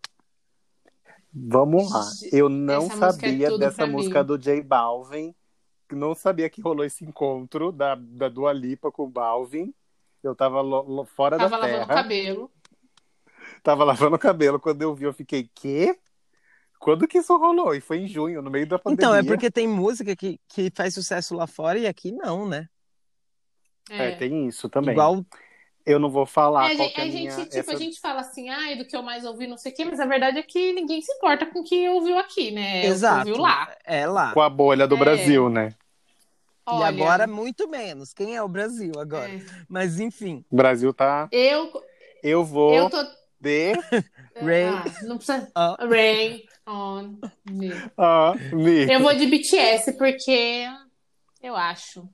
[SPEAKER 1] Vamos lá. Eu não
[SPEAKER 4] Essa música é
[SPEAKER 1] sabia
[SPEAKER 4] tudo
[SPEAKER 1] dessa
[SPEAKER 4] pra
[SPEAKER 1] música
[SPEAKER 4] mim.
[SPEAKER 1] do J Balvin. Não sabia que rolou esse encontro da, da Dua Lipa com o Balvin. Eu tava lo- lo- fora
[SPEAKER 4] Tava
[SPEAKER 1] da
[SPEAKER 4] lavando o
[SPEAKER 1] terra.
[SPEAKER 4] cabelo.
[SPEAKER 1] Tava lavando o cabelo. Quando eu vi, eu fiquei, quê? Quando que isso rolou? E foi em junho, no meio da pandemia.
[SPEAKER 2] Então, é porque tem música que, que faz sucesso lá fora e aqui não, né?
[SPEAKER 1] É,
[SPEAKER 4] É.
[SPEAKER 1] tem isso também.
[SPEAKER 2] Igual
[SPEAKER 1] Eu não vou falar
[SPEAKER 4] É, a
[SPEAKER 1] qual
[SPEAKER 4] gente,
[SPEAKER 1] que é a
[SPEAKER 4] a
[SPEAKER 1] minha...
[SPEAKER 4] gente, tipo,
[SPEAKER 1] essa-
[SPEAKER 4] a gente fala assim, ai, do que eu mais ouvi, não sei o quê, mas a verdade é que ninguém se importa com o que ouviu aqui, né? É
[SPEAKER 2] Exato.
[SPEAKER 4] o que ouviu lá.
[SPEAKER 2] É lá.
[SPEAKER 1] Com a bolha do
[SPEAKER 4] É.
[SPEAKER 1] Brasil, né?
[SPEAKER 2] E
[SPEAKER 4] Olha,
[SPEAKER 2] agora, muito menos. Quem é o Brasil agora?
[SPEAKER 4] é,
[SPEAKER 2] Mas, enfim.
[SPEAKER 1] O Brasil tá...
[SPEAKER 4] eu,
[SPEAKER 1] Eu vou
[SPEAKER 4] eu tô.
[SPEAKER 1] de...
[SPEAKER 2] Ray.
[SPEAKER 4] Ah, não precisa.
[SPEAKER 2] Ah.
[SPEAKER 4] Rain on me.
[SPEAKER 1] Ah, me.
[SPEAKER 4] Eu vou de B T S porque eu acho.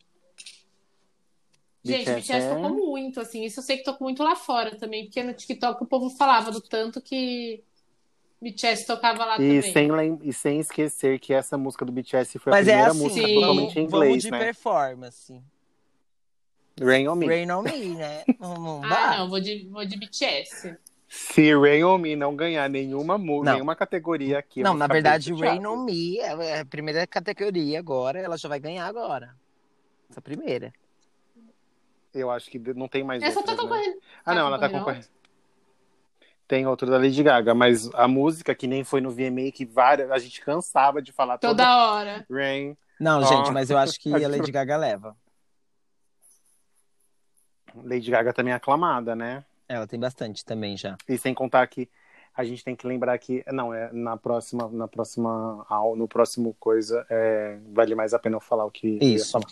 [SPEAKER 4] Gente, B T S
[SPEAKER 1] é...
[SPEAKER 4] tocou muito, assim. Isso eu sei que tocou muito lá fora também, porque no TikTok o povo falava do tanto que B T S tocava lá
[SPEAKER 1] E
[SPEAKER 4] também.
[SPEAKER 1] sem, lem- e sem esquecer que essa música do B T S foi
[SPEAKER 2] Mas
[SPEAKER 1] a
[SPEAKER 2] é
[SPEAKER 1] primeira
[SPEAKER 2] assim,
[SPEAKER 1] música
[SPEAKER 4] Sim.
[SPEAKER 1] totalmente em
[SPEAKER 2] vamos, vamos
[SPEAKER 1] inglês,
[SPEAKER 2] de
[SPEAKER 1] né?
[SPEAKER 2] performance.
[SPEAKER 1] Rain on Me.
[SPEAKER 2] Rain on Me, né? Não
[SPEAKER 4] Ah,
[SPEAKER 2] dá.
[SPEAKER 4] não, vou de, vou de B T S.
[SPEAKER 1] Se Rain on Me não ganhar nenhuma, mu-
[SPEAKER 2] Não.
[SPEAKER 1] nenhuma categoria aqui, eu
[SPEAKER 2] Não,
[SPEAKER 1] vou
[SPEAKER 2] na
[SPEAKER 1] ficar bem
[SPEAKER 2] verdade,
[SPEAKER 1] chateado.
[SPEAKER 2] Rain on Me é a primeira categoria agora. Ela já vai ganhar agora. Essa primeira.
[SPEAKER 1] Eu acho que não tem mais
[SPEAKER 4] Essa tá
[SPEAKER 1] outras, né?
[SPEAKER 4] concorrendo.
[SPEAKER 1] Ah,
[SPEAKER 4] tá
[SPEAKER 1] não, ela tá
[SPEAKER 4] concorrendo
[SPEAKER 1] concorrendo. Tem outro da Lady Gaga, mas a música que nem foi no V M A, que várias, a gente cansava de falar toda,
[SPEAKER 4] Toda hora.
[SPEAKER 1] Rain.
[SPEAKER 2] Não,
[SPEAKER 1] Ó.
[SPEAKER 2] gente, mas eu acho que a Lady Gaga leva.
[SPEAKER 1] Lady Gaga também é aclamada, né?
[SPEAKER 2] Ela tem bastante também já.
[SPEAKER 1] E sem contar que a gente tem que lembrar que não é na próxima, na próxima, au- no próximo coisa é, vale mais a pena eu falar o que eu ia
[SPEAKER 2] Isso.
[SPEAKER 1] falar.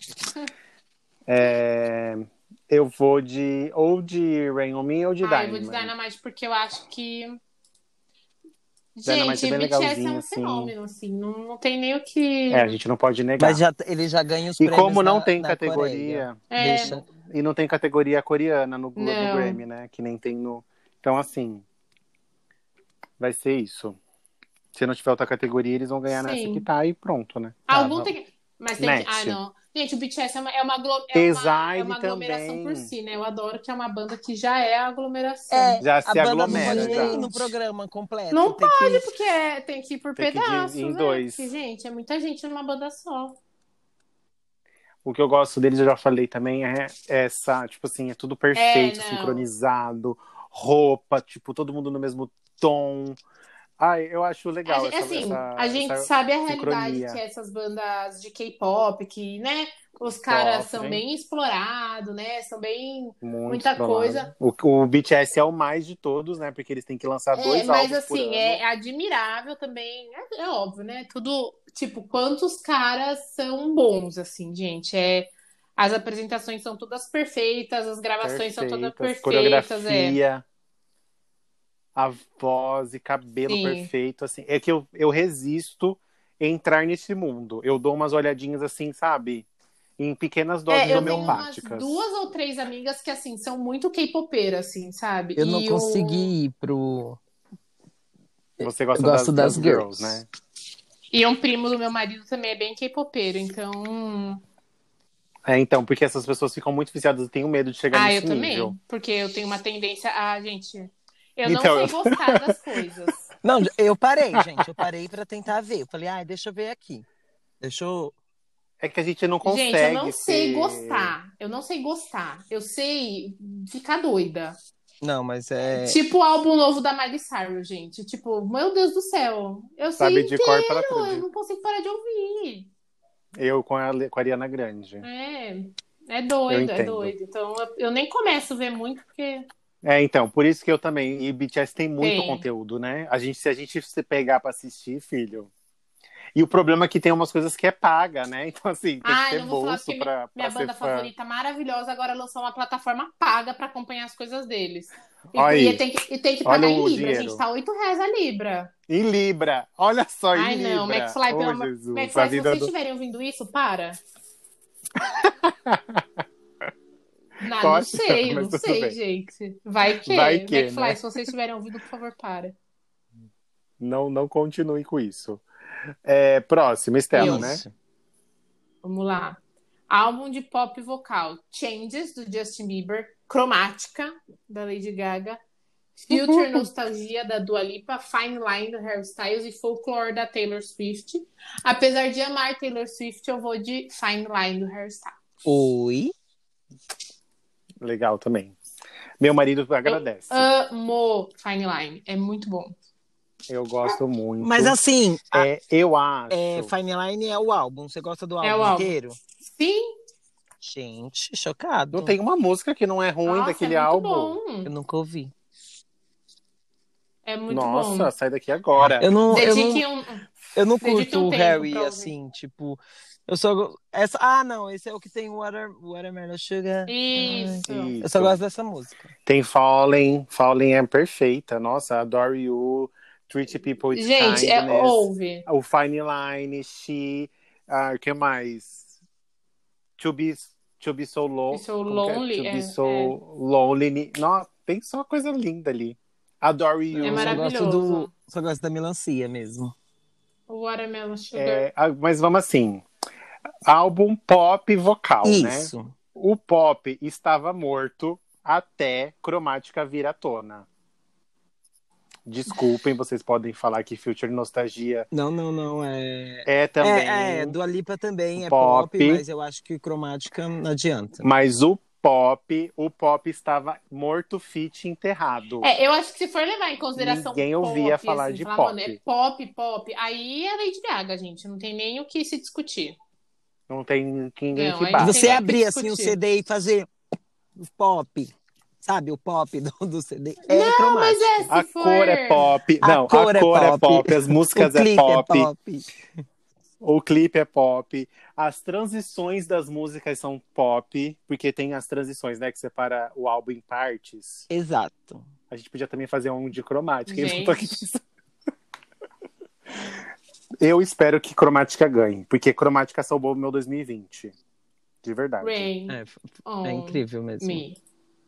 [SPEAKER 1] É, eu vou de ou de Rain on Me ou de
[SPEAKER 4] Ah, eu vou
[SPEAKER 1] Dynamite.
[SPEAKER 4] de Dynamite porque eu acho que.
[SPEAKER 1] Dynamite
[SPEAKER 4] Gente,
[SPEAKER 1] é bem
[SPEAKER 4] B T S é
[SPEAKER 1] legalzinho,
[SPEAKER 4] um
[SPEAKER 1] assim.
[SPEAKER 4] fenômeno, assim. Não, não tem nem o que.
[SPEAKER 1] É, a gente não pode negar.
[SPEAKER 2] Mas já, ele já ganha os
[SPEAKER 1] E
[SPEAKER 2] prêmios
[SPEAKER 1] como não
[SPEAKER 2] na-
[SPEAKER 1] tem
[SPEAKER 2] na
[SPEAKER 1] categoria,
[SPEAKER 2] Coreia.
[SPEAKER 4] É.
[SPEAKER 2] Deixa...
[SPEAKER 1] e não tem categoria coreana no, no
[SPEAKER 4] Não.
[SPEAKER 1] Grammy, né? Que nem tem no. Então, assim, vai ser isso. Se não tiver outra categoria, eles vão ganhar nessa
[SPEAKER 4] Sim.
[SPEAKER 1] que tá e pronto, né?
[SPEAKER 4] Algum
[SPEAKER 2] Tá,
[SPEAKER 4] tem que. Mas tem
[SPEAKER 1] Next.
[SPEAKER 4] que. Ah, não. Gente, o B T S é uma, é uma, aglo- é uma,
[SPEAKER 1] Exile
[SPEAKER 4] é uma aglomeração
[SPEAKER 1] também.
[SPEAKER 4] por si, né? Eu adoro que é uma banda que já é aglomeração.
[SPEAKER 2] É,
[SPEAKER 1] Já
[SPEAKER 2] a
[SPEAKER 1] se
[SPEAKER 2] banda
[SPEAKER 1] aglomera,
[SPEAKER 2] não pode
[SPEAKER 1] já.
[SPEAKER 2] nem ir no programa completo.
[SPEAKER 4] Não
[SPEAKER 2] tem
[SPEAKER 4] pode,
[SPEAKER 2] que...
[SPEAKER 4] porque é- tem que ir por
[SPEAKER 1] Tem que ir de-
[SPEAKER 4] pedaços,
[SPEAKER 1] em
[SPEAKER 4] né?
[SPEAKER 1] dois.
[SPEAKER 4] Porque, gente, é muita gente numa banda só.
[SPEAKER 1] O que eu gosto deles, eu já falei também, é essa, tipo assim, é tudo perfeito,
[SPEAKER 4] É, não.
[SPEAKER 1] sincronizado, roupa, tipo, todo mundo no mesmo tom. Ai, eu acho legal
[SPEAKER 4] A gente-
[SPEAKER 1] essa,
[SPEAKER 4] assim,
[SPEAKER 1] essa-
[SPEAKER 4] a gente
[SPEAKER 1] essa
[SPEAKER 4] sabe a
[SPEAKER 1] sincronia.
[SPEAKER 4] realidade que é essas bandas de K-pop, que, né, os caras
[SPEAKER 1] Sofrem.
[SPEAKER 4] são bem explorados, né? São bem.
[SPEAKER 1] Muito
[SPEAKER 4] muita
[SPEAKER 1] explorado.
[SPEAKER 4] coisa.
[SPEAKER 1] O, o B T S é o mais de todos, né? Porque eles têm que lançar
[SPEAKER 4] É,
[SPEAKER 1] dois
[SPEAKER 4] mas
[SPEAKER 1] álbuns por
[SPEAKER 4] assim,
[SPEAKER 1] ano.
[SPEAKER 4] é admirável também. É, é óbvio, né? Tudo, tipo, quantos caras são bons, assim, gente. É, as apresentações são todas perfeitas, as gravações são todas
[SPEAKER 1] Perfeitas,
[SPEAKER 4] perfeitas. É.
[SPEAKER 1] coreografia, a voz e cabelo
[SPEAKER 4] Sim.
[SPEAKER 1] perfeito, assim. É que eu, eu resisto entrar nesse mundo. Eu dou umas olhadinhas assim, sabe? Em pequenas doses
[SPEAKER 4] É, eu tenho umas
[SPEAKER 1] homeopáticas.
[SPEAKER 4] duas ou três amigas que, assim, são muito K-popeiras, assim, sabe?
[SPEAKER 2] Eu não
[SPEAKER 4] E o-
[SPEAKER 2] consegui ir pro...
[SPEAKER 1] Você gosta
[SPEAKER 2] Eu gosto
[SPEAKER 1] das,
[SPEAKER 2] das
[SPEAKER 1] girls,
[SPEAKER 2] girls.
[SPEAKER 1] né?
[SPEAKER 4] E um primo do meu marido também é bem K-popeiro, então.
[SPEAKER 1] É, então, porque essas pessoas ficam muito viciadas e tenho medo de chegar
[SPEAKER 4] Ah, eu
[SPEAKER 1] nesse
[SPEAKER 4] também.
[SPEAKER 1] nível.
[SPEAKER 4] Porque eu tenho uma tendência a, gente. Eu não
[SPEAKER 1] Então,
[SPEAKER 4] sei
[SPEAKER 1] eu-
[SPEAKER 4] gostar das coisas.
[SPEAKER 2] Não, eu parei, gente. Eu parei pra tentar ver. Eu falei, ai, deixa eu ver aqui. Deixa eu...
[SPEAKER 1] É que a gente não consegue.
[SPEAKER 4] Gente, eu não sei
[SPEAKER 1] ser-
[SPEAKER 4] gostar. Eu não sei gostar. Eu sei ficar doida.
[SPEAKER 2] Não, mas é.
[SPEAKER 4] Tipo o álbum novo da Miley Cyrus, gente. Tipo, meu Deus do céu. Eu
[SPEAKER 1] Sabe
[SPEAKER 4] sei
[SPEAKER 1] de cor para
[SPEAKER 4] inteiro, eu
[SPEAKER 1] tudo.
[SPEAKER 4] não consigo parar de ouvir.
[SPEAKER 1] Eu com a, com a Ariana Grande.
[SPEAKER 4] É, é
[SPEAKER 1] Eu
[SPEAKER 4] doido, é
[SPEAKER 1] entendo.
[SPEAKER 4] doido. Então eu, eu nem começo a ver muito, porque
[SPEAKER 1] É, então, por isso que eu também. E B T S tem muito
[SPEAKER 4] Tem.
[SPEAKER 1] conteúdo, né? A gente, se a gente se pegar pra assistir, filho. E o problema é que tem umas coisas que é paga, né? Então, assim, tem que
[SPEAKER 4] Ah,
[SPEAKER 1] ter
[SPEAKER 4] eu não vou falar
[SPEAKER 1] bolso
[SPEAKER 4] porque
[SPEAKER 1] pra,
[SPEAKER 4] minha
[SPEAKER 1] pra
[SPEAKER 4] banda
[SPEAKER 1] ser fã.
[SPEAKER 4] favorita maravilhosa agora lançou uma plataforma paga pra acompanhar as coisas deles. E,
[SPEAKER 1] Olha aí.
[SPEAKER 4] e tem que, e tem que
[SPEAKER 1] Olha
[SPEAKER 4] pagar
[SPEAKER 1] o
[SPEAKER 4] em Libra,
[SPEAKER 1] dinheiro.
[SPEAKER 4] gente. Tá oito reais a Libra.
[SPEAKER 1] Em Libra. Olha só, em
[SPEAKER 4] Ai, não,
[SPEAKER 1] Libra.
[SPEAKER 4] McFly,
[SPEAKER 1] Ô,
[SPEAKER 4] pelo amor.
[SPEAKER 1] Jesus. A
[SPEAKER 4] McFly, se
[SPEAKER 1] vida
[SPEAKER 4] vocês
[SPEAKER 1] do...
[SPEAKER 4] estiverem ouvindo isso, para. Não, não
[SPEAKER 1] Pode,
[SPEAKER 4] sei,
[SPEAKER 1] mas
[SPEAKER 4] não
[SPEAKER 1] tudo
[SPEAKER 4] sei,
[SPEAKER 1] bem.
[SPEAKER 4] gente. Vai que.
[SPEAKER 1] Vai que,
[SPEAKER 4] McFly,
[SPEAKER 1] né?
[SPEAKER 4] se vocês estiverem ouvindo, por favor, para.
[SPEAKER 1] Não, não continue com isso. É, próximo, Estela,
[SPEAKER 4] Eu.
[SPEAKER 1] né?
[SPEAKER 2] Isso.
[SPEAKER 4] Vamos lá. Álbum de pop vocal: Changes, do Justin Bieber. Cromática, da Lady Gaga. Future Nostalgia, da Dua Lipa. Fine Line, do Harry Styles. E Folklore, da Taylor Swift. Apesar de amar Taylor Swift, eu vou de Fine Line, do Harry Styles.
[SPEAKER 2] Oi?
[SPEAKER 1] Legal também. Meu marido agradece.
[SPEAKER 4] Amo Fine Line. É muito bom.
[SPEAKER 1] Eu gosto muito.
[SPEAKER 2] Mas assim, a-
[SPEAKER 1] É, eu acho.
[SPEAKER 2] é, Fine Line é o álbum. Você gosta do
[SPEAKER 4] É
[SPEAKER 2] álbum
[SPEAKER 4] o álbum.
[SPEAKER 2] inteiro?
[SPEAKER 4] Sim.
[SPEAKER 2] Gente, chocado.
[SPEAKER 1] Não tem uma música que não é ruim
[SPEAKER 4] Nossa,
[SPEAKER 1] daquele
[SPEAKER 4] é muito
[SPEAKER 1] álbum.
[SPEAKER 4] bom.
[SPEAKER 2] Eu nunca ouvi.
[SPEAKER 4] É muito
[SPEAKER 1] Nossa,
[SPEAKER 4] bom.
[SPEAKER 1] sai daqui agora.
[SPEAKER 2] Eu não, eu não,
[SPEAKER 4] Dedique um...
[SPEAKER 2] eu não
[SPEAKER 4] dedique
[SPEAKER 2] curto
[SPEAKER 4] um
[SPEAKER 2] o
[SPEAKER 4] tempo
[SPEAKER 2] Harry
[SPEAKER 4] pra ouvir.
[SPEAKER 2] assim, tipo. Eu só. go- Essa... Ah, não, esse é o que tem Water... Watermelon Sugar.
[SPEAKER 4] Isso.
[SPEAKER 2] Ai, eu
[SPEAKER 1] Isso.
[SPEAKER 2] só gosto dessa música.
[SPEAKER 1] Tem Fallen. Fallen é perfeita. Nossa, Adore You. Treat People with
[SPEAKER 4] Gente, é,
[SPEAKER 1] Kindness.
[SPEAKER 4] ouve.
[SPEAKER 1] O Fine Line. She. Ah, o que mais? To be, to be So Low.
[SPEAKER 4] Be So
[SPEAKER 1] como que é?
[SPEAKER 4] Lonely,
[SPEAKER 1] To be
[SPEAKER 4] é,
[SPEAKER 1] So
[SPEAKER 4] é.
[SPEAKER 1] Lonely. Nossa, tem só coisa linda ali. Adore You.
[SPEAKER 2] Eu só gosto
[SPEAKER 4] maravilhoso.
[SPEAKER 2] do. Só gosto da melancia mesmo.
[SPEAKER 4] O Watermelon Sugar.
[SPEAKER 1] É, ah, mas vamos assim. Álbum pop vocal, né?
[SPEAKER 2] Isso.
[SPEAKER 1] O pop estava morto até Cromática vir à tona. Desculpem, vocês podem falar que Future Nostalgia
[SPEAKER 2] Não, não, não. É.
[SPEAKER 1] é também,
[SPEAKER 2] É, é, Dua Lipa também é
[SPEAKER 1] pop.
[SPEAKER 2] pop, mas eu acho que cromática não adianta.
[SPEAKER 1] mas o pop, o pop estava morto, fit, enterrado.
[SPEAKER 4] É, eu acho que se for levar em consideração
[SPEAKER 1] Ninguém
[SPEAKER 4] pop,
[SPEAKER 1] ouvia falar
[SPEAKER 4] assim,
[SPEAKER 1] de
[SPEAKER 4] falar,
[SPEAKER 1] pop.
[SPEAKER 4] mano, é pop, pop, aí é Lady Gaga, gente. Não tem nem o que se discutir.
[SPEAKER 1] Não tem ninguém
[SPEAKER 4] Não,
[SPEAKER 1] que
[SPEAKER 4] aí
[SPEAKER 1] bata.
[SPEAKER 4] não
[SPEAKER 2] Você
[SPEAKER 4] tem nem o que
[SPEAKER 2] abrir assim o
[SPEAKER 4] discutir.
[SPEAKER 2] C D e fazer o pop, sabe? O pop do, do C D é
[SPEAKER 4] Não,
[SPEAKER 2] cromático.
[SPEAKER 4] mas é, se
[SPEAKER 1] A
[SPEAKER 4] for...
[SPEAKER 1] cor é pop.
[SPEAKER 2] A
[SPEAKER 1] Não,
[SPEAKER 2] cor
[SPEAKER 1] a
[SPEAKER 2] é
[SPEAKER 1] cor é
[SPEAKER 2] pop.
[SPEAKER 1] pop, as músicas
[SPEAKER 2] O
[SPEAKER 1] é
[SPEAKER 2] clipe
[SPEAKER 1] pop.
[SPEAKER 2] é pop.
[SPEAKER 1] O clipe é pop, as transições das músicas são pop, porque tem as transições, né, que separa o álbum em partes.
[SPEAKER 2] Exato.
[SPEAKER 1] A gente podia também fazer um de cromática. Eu,
[SPEAKER 4] Gente.
[SPEAKER 1] tô aqui pensando. Eu espero que cromática ganhe, porque cromática salvou o meu dois mil e vinte. De verdade.
[SPEAKER 4] Rain
[SPEAKER 2] É, f-
[SPEAKER 4] on
[SPEAKER 2] é incrível mesmo.
[SPEAKER 4] Me.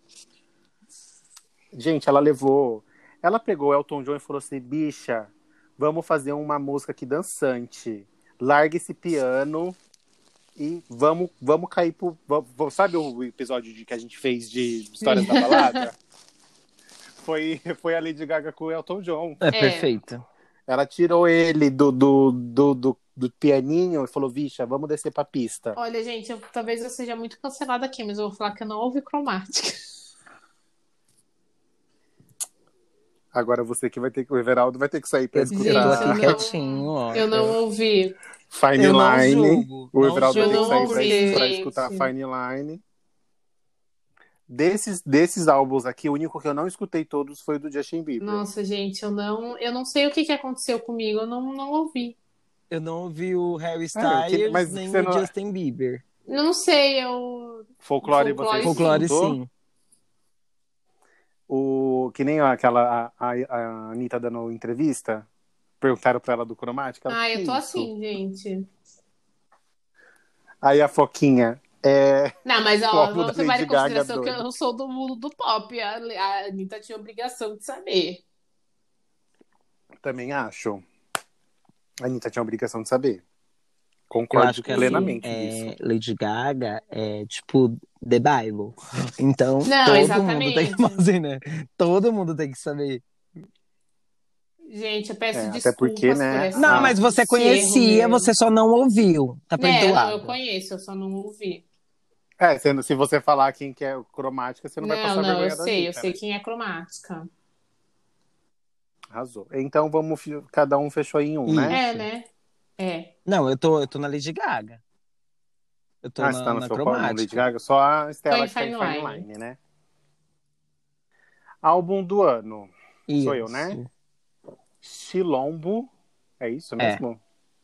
[SPEAKER 1] Gente, ela levou. Ela pegou o Elton John e falou assim: bicha, vamos fazer uma música aqui dançante. Larga esse piano e vamos, vamos cair pro. vamos- sabe o episódio de, que a gente fez de Histórias da Balada? Foi, foi a Lady Gaga com o Elton John.
[SPEAKER 2] É,
[SPEAKER 4] É.
[SPEAKER 2] perfeito.
[SPEAKER 1] Ela tirou ele do, do, do, do, do pianinho e falou: bicha, vamos descer pra pista.
[SPEAKER 4] Olha, gente, eu- talvez eu seja muito cancelada aqui, mas eu vou falar que eu não ouvi cromática.
[SPEAKER 1] Agora você que vai ter que. O Everaldo vai ter que sair pra
[SPEAKER 2] Eu,
[SPEAKER 4] Gente,
[SPEAKER 2] eu tô
[SPEAKER 1] escutar
[SPEAKER 2] aqui
[SPEAKER 4] eu não-
[SPEAKER 2] quietinho, ó.
[SPEAKER 4] Eu não ouvi.
[SPEAKER 1] Fine
[SPEAKER 2] Eu não
[SPEAKER 1] Line.
[SPEAKER 2] julgo,
[SPEAKER 1] O
[SPEAKER 2] não
[SPEAKER 1] Everaldo vai ter que
[SPEAKER 4] julgo,
[SPEAKER 1] sair pra,
[SPEAKER 4] gente.
[SPEAKER 1] pra escutar Fine Line. Desses, desses álbuns aqui, o único que eu não escutei todos foi o do Justin Bieber.
[SPEAKER 4] Nossa, gente, eu não, eu não sei o que, que aconteceu comigo, eu não, não ouvi.
[SPEAKER 2] Eu não ouvi o Harry
[SPEAKER 1] Ah, eu que-
[SPEAKER 2] Styles
[SPEAKER 1] mas
[SPEAKER 2] nem
[SPEAKER 1] você
[SPEAKER 2] o
[SPEAKER 1] não-
[SPEAKER 2] Justin Bieber.
[SPEAKER 4] Eu não sei, eu.
[SPEAKER 1] Folclore,
[SPEAKER 4] Folclore,
[SPEAKER 1] você
[SPEAKER 2] Folclore,
[SPEAKER 1] escutou?
[SPEAKER 2] sim.
[SPEAKER 1] O, que nem aquela a, a, a Anitta dando entrevista. Perguntaram pra ela do cromática. ela,
[SPEAKER 4] Ah,
[SPEAKER 1] "Que
[SPEAKER 4] eu tô
[SPEAKER 1] isso?"
[SPEAKER 4] assim, gente.
[SPEAKER 1] Aí a Foquinha. É,
[SPEAKER 4] Não, mas
[SPEAKER 1] O
[SPEAKER 4] ó,
[SPEAKER 1] álbum da
[SPEAKER 4] vamos levar em
[SPEAKER 1] Lady Gaga
[SPEAKER 4] consideração que eu
[SPEAKER 1] doido.
[SPEAKER 4] não sou do mundo do pop. A, a Anitta tinha obrigação de saber.
[SPEAKER 1] também acho. A Anitta tinha a obrigação de saber.
[SPEAKER 2] Eu
[SPEAKER 1] Concordo
[SPEAKER 2] acho que
[SPEAKER 1] plenamente
[SPEAKER 2] assim,
[SPEAKER 1] nisso.
[SPEAKER 2] é, Lady Gaga é tipo The Bible. Então,
[SPEAKER 4] Não,
[SPEAKER 2] todo
[SPEAKER 4] exatamente.
[SPEAKER 2] mundo tem que fazer, né? Todo mundo tem que saber.
[SPEAKER 4] Gente, eu peço
[SPEAKER 1] É, até
[SPEAKER 4] desculpas
[SPEAKER 1] porque,
[SPEAKER 4] por
[SPEAKER 1] né,
[SPEAKER 4] essa,
[SPEAKER 2] Não,
[SPEAKER 1] Ah.
[SPEAKER 2] mas você
[SPEAKER 4] esse
[SPEAKER 2] conhecia,
[SPEAKER 4] erro meu.
[SPEAKER 2] você só não ouviu. Tá
[SPEAKER 4] Né, não,
[SPEAKER 2] perdoado.
[SPEAKER 4] eu conheço, eu só não ouvi.
[SPEAKER 1] É, sendo, se você falar quem que é cromática, você não, vai
[SPEAKER 4] Não,
[SPEAKER 1] passar
[SPEAKER 4] não, eu
[SPEAKER 1] vergonha da
[SPEAKER 4] sei, eu
[SPEAKER 1] Anitta,
[SPEAKER 4] sei
[SPEAKER 1] né?
[SPEAKER 4] quem é cromática.
[SPEAKER 1] Arrasou. Então vamos, fi- cada um fechou em um, né?
[SPEAKER 4] É,
[SPEAKER 2] Isso.
[SPEAKER 4] né? É.
[SPEAKER 2] Não, eu tô, eu tô na Lady Gaga. Eu tô
[SPEAKER 1] Ah, você tá
[SPEAKER 2] na,
[SPEAKER 1] no
[SPEAKER 2] na
[SPEAKER 1] seu qual? No Lady
[SPEAKER 2] cromática.
[SPEAKER 1] Gaga? Só a
[SPEAKER 4] Tô
[SPEAKER 1] Estela
[SPEAKER 4] em
[SPEAKER 1] que tá em
[SPEAKER 4] Fine
[SPEAKER 1] Fine
[SPEAKER 4] Line.
[SPEAKER 1] Line, né? Álbum do ano. Sou eu, né?
[SPEAKER 2] Isso.
[SPEAKER 1] Chilombo. É isso
[SPEAKER 2] É.
[SPEAKER 1] mesmo?